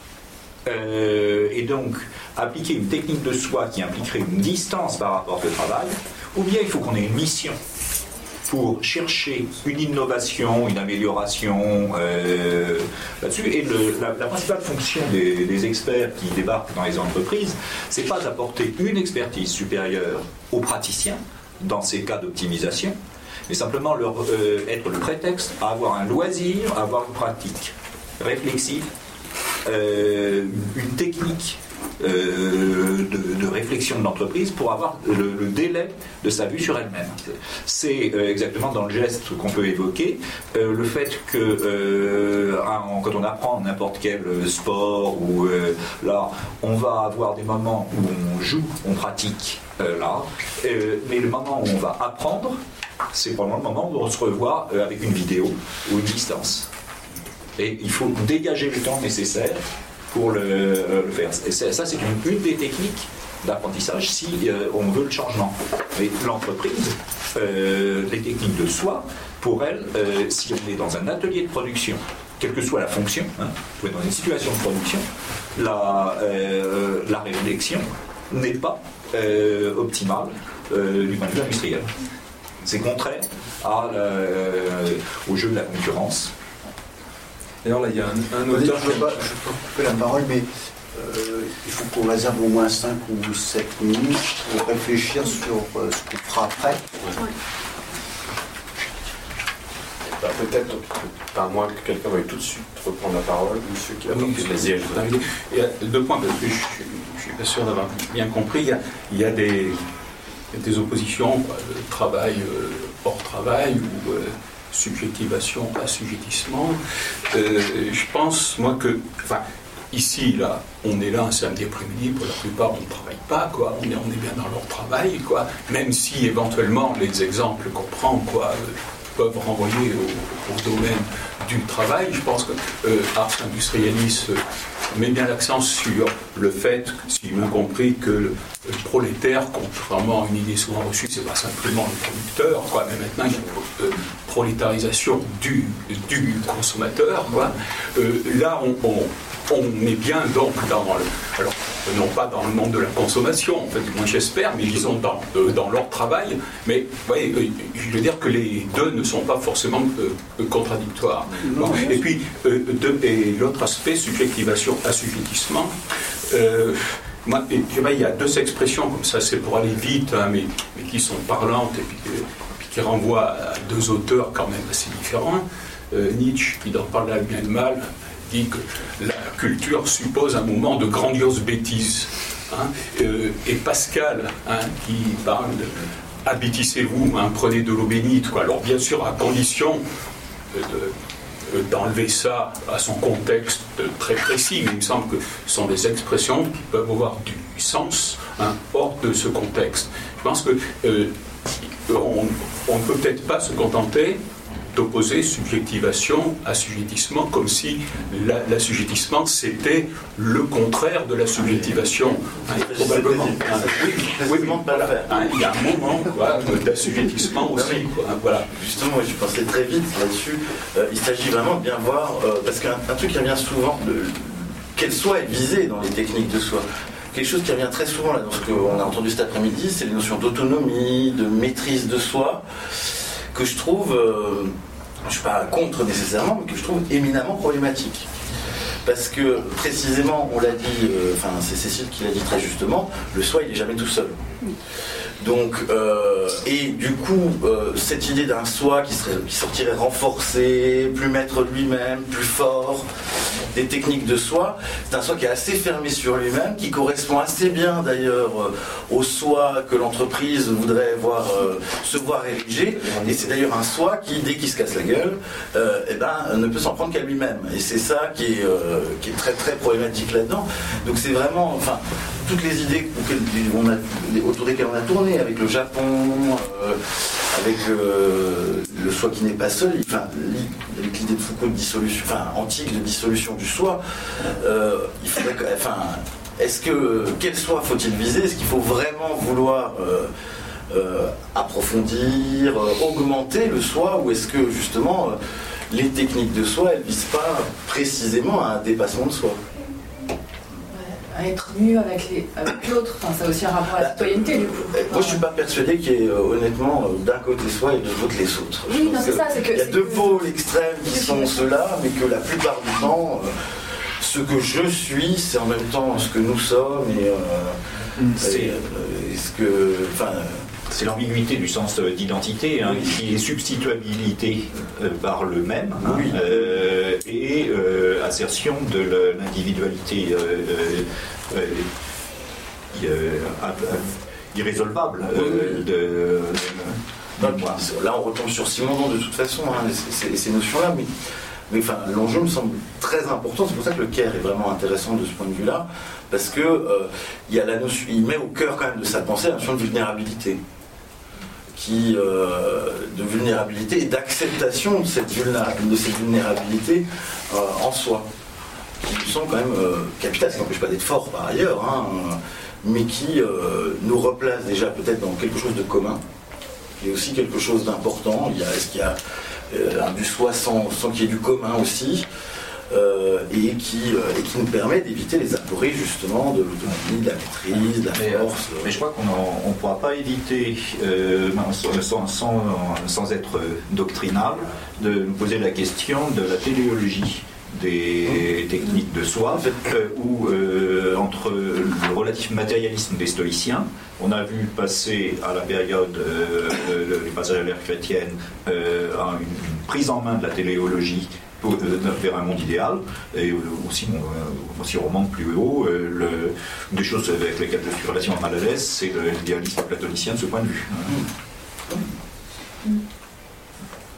S5: euh, et donc appliquer une technique de soi qui impliquerait une distance par rapport au travail, ou bien il faut qu'on ait une mission pour chercher une innovation, une amélioration euh, là-dessus. Et le, la, la principale fonction des, des experts qui débarquent dans les entreprises, c'est pas d'apporter une expertise supérieure aux praticiens dans ces cas d'optimisation, mais simplement leur euh, être le prétexte à avoir un loisir, à avoir une pratique réflexive, euh, une technique Euh, de, de réflexion de l'entreprise pour avoir le, le délai de sa vue sur elle-même. C'est euh, exactement dans le geste qu'on peut évoquer euh, le fait que euh, un, quand on apprend n'importe quel sport ou euh, là, on va avoir des moments où on joue, on pratique euh, là, euh, mais le moment où on va apprendre, c'est probablement le moment où on se revoit euh, avec une vidéo ou une distance. Et il faut dégager le temps nécessaire pour le, euh, le faire. Et ça, c'est une, une des techniques d'apprentissage si euh, on veut le changement. Mais l'entreprise, euh, les techniques de soi, pour elle, euh, si on est dans un atelier de production, quelle que soit la fonction, hein, vous êtes dans une situation de production, la, euh, la réflexion n'est pas euh, optimale euh, du point de vue industriel. C'est contraire à la, euh, au jeu de la concurrence.
S7: D'ailleurs, là, il y a un, un
S2: auteur.
S7: auteur.
S2: Je ne peux couper la parole, mais euh, il faut qu'on réserve au moins cinq ou sept minutes pour réfléchir sur euh, ce qu'on fera après.
S3: Ouais. Bah, peut-être, par moi, que quelqu'un va tout de suite reprendre la parole, monsieur qui a
S7: oui,
S3: porté les sièges.
S7: Il y a deux points, parce que je ne suis pas sûr d'avoir bien compris. Il y a, il y a, des, il y a des oppositions, quoi, de travail euh, hors travail, ou euh, subjectivation, assujettissement. Euh, je pense, moi, que... Enfin, ici, là, on est là un samedi après-midi, pour la plupart, on ne travaille pas, quoi. On est, on est bien dans leur travail, quoi. Même si, éventuellement, les exemples qu'on prend, quoi, euh, peuvent renvoyer au, au domaine du travail. Je pense que euh, Ars Industrialis euh, met bien l'accent sur le fait, si bien compris, que le, le prolétaire, contrairement à une idée souvent reçue, c'est pas simplement le producteur, quoi, mais maintenant il y a une euh, prolétarisation du, du consommateur, quoi. Euh, là, on, on, on est bien donc dans le, alors non pas dans le monde de la consommation, en fait, du moins j'espère, mais disons dans, euh, dans leur travail. Mais vous voyez, euh, je veux dire que les deux ne sont pas forcément euh, contradictoires. Bon, et puis, euh, de, et l'autre aspect, subjectivation, assujettissement. Euh, moi, et, il y a deux expressions comme ça, c'est pour aller vite, hein, mais, mais qui sont parlantes et puis, et puis qui renvoient à deux auteurs quand même assez différents. Euh, Nietzsche, qui dans Parler le bien et le mal, dit que la culture suppose un moment de grandiose bêtise. Hein, euh, et Pascal, hein, qui parle de « habitissez-vous, hein, prenez de l'eau bénite ». Alors bien sûr, à condition de, de, d'enlever ça à son contexte très précis, mais il me semble que ce sont des expressions qui peuvent avoir du sens, hein, hors de ce contexte. Je pense que euh, on, on ne peut peut-être pas se contenter d'opposer subjectivation, assujettissement, comme si la, l'assujettissement c'était le contraire de la subjectivation. Hein, probablement. Hein, oui, oui, oui, voilà. Hein, il y a un moment quoi, d'assujettissement aussi. Quoi, hein, voilà.
S8: Justement, je pensais très vite là-dessus. Euh, il s'agit vraiment de bien voir, euh, parce qu'un un truc qui revient souvent, de, quel soi est visé dans les techniques de soi. Quelque chose qui revient très souvent là, dans ce qu'on a entendu cet après-midi, c'est les notions d'autonomie, de maîtrise de soi, que je trouve... Euh, je ne suis pas contre nécessairement, mais que je trouve éminemment problématique. Parce que, précisément, on l'a dit, euh, enfin, c'est Cécile qui l'a dit très justement, le soi, il n'est jamais tout seul. Donc, euh, et du coup, euh, cette idée d'un soi qui, serait, qui sortirait renforcé, plus maître de lui-même, plus fort, des techniques de soi, c'est un soi qui est assez fermé sur lui-même, qui correspond assez bien d'ailleurs euh, au soi que l'entreprise voudrait voir, euh, se voir ériger, et c'est d'ailleurs un soi qui, dès qu'il se casse la gueule, euh, eh ben, ne peut s'en prendre qu'à lui-même, et c'est ça qui est, euh, qui est très très problématique là-dedans. Donc c'est vraiment, enfin, toutes les idées auxquelles on a, autour desquelles on a tourné, avec le Japon, euh, avec euh, le soi qui n'est pas seul, enfin, avec l'idée de Foucault de dissolution, enfin, antique de dissolution du soi, euh, il faudrait, enfin, est-ce que, quel soi faut-il viser? Est-ce qu'il faut vraiment vouloir euh, euh, approfondir, euh, augmenter le soi, ou est-ce que justement euh, les techniques de soi, elles visent pas précisément à un dépassement de soi?
S12: À être mieux avec, les, avec l'autre, enfin, ça a aussi un rapport à la citoyenneté du coup.
S8: Moi je suis pas persuadé qu'il y ait euh, honnêtement euh, d'un côté soi et de l'autre les autres.
S12: Oui, non, c'est ça, c'est que.
S8: Il y a deux
S12: que...
S8: pôles extrêmes qui sont ceux-là, mais que la plupart du temps, euh, ce que je suis, c'est en même temps ce que nous sommes et, euh,
S5: c'est
S8: et, euh, ce que. Enfin,
S5: c'est l'ambiguïté du sens d'identité, hein, oui. qui est substituabilité euh, par le même, hein, oui. euh, et euh, assertion de l'individualité euh, euh, euh, irrésolvable euh, de, de,
S8: de, de là on retombe sur Simondon de toute façon, hein, ces, ces notions-là, mais, mais enfin, l'enjeu me semble très important, c'est pour ça que le Caire est vraiment intéressant de ce point de vue-là, parce que euh, il, y a la notion, il met au cœur quand même de sa pensée la notion de vulnérabilité. Qui, euh, de vulnérabilité et d'acceptation de cette, vulnéra de cette vulnérabilité euh, en soi, qui nous semble quand même euh, capital, ce qui n'empêche pas d'être fort par ailleurs, hein, euh, mais qui euh, nous replace déjà peut-être dans quelque chose de commun, et aussi quelque chose d'important. Il y a, est-ce qu'il y a euh, un du soi sans, sans qu'il y ait du commun aussi, euh, et, qui, euh, et qui nous permet d'éviter les apories justement de l'autonomie, de la maîtrise, de la
S5: mais,
S8: force.
S5: Euh, mais je crois qu'on ne pourra pas éviter, euh, sans, sans, sans être doctrinal, de nous poser la question de la téléologie des mmh. techniques de soi, en fait, euh, où euh, entre le relatif matérialisme des stoïciens, on a vu passer à la période euh, du passage à l'ère chrétienne euh, une, une prise en main de la téléologie vers un monde idéal, et aussi, bon, si on remonte plus haut, euh, le, une des choses avec lesquelles je suis relativement mal à l'aise, c'est l'idéalisme platonicien de ce point de vue. Mmh.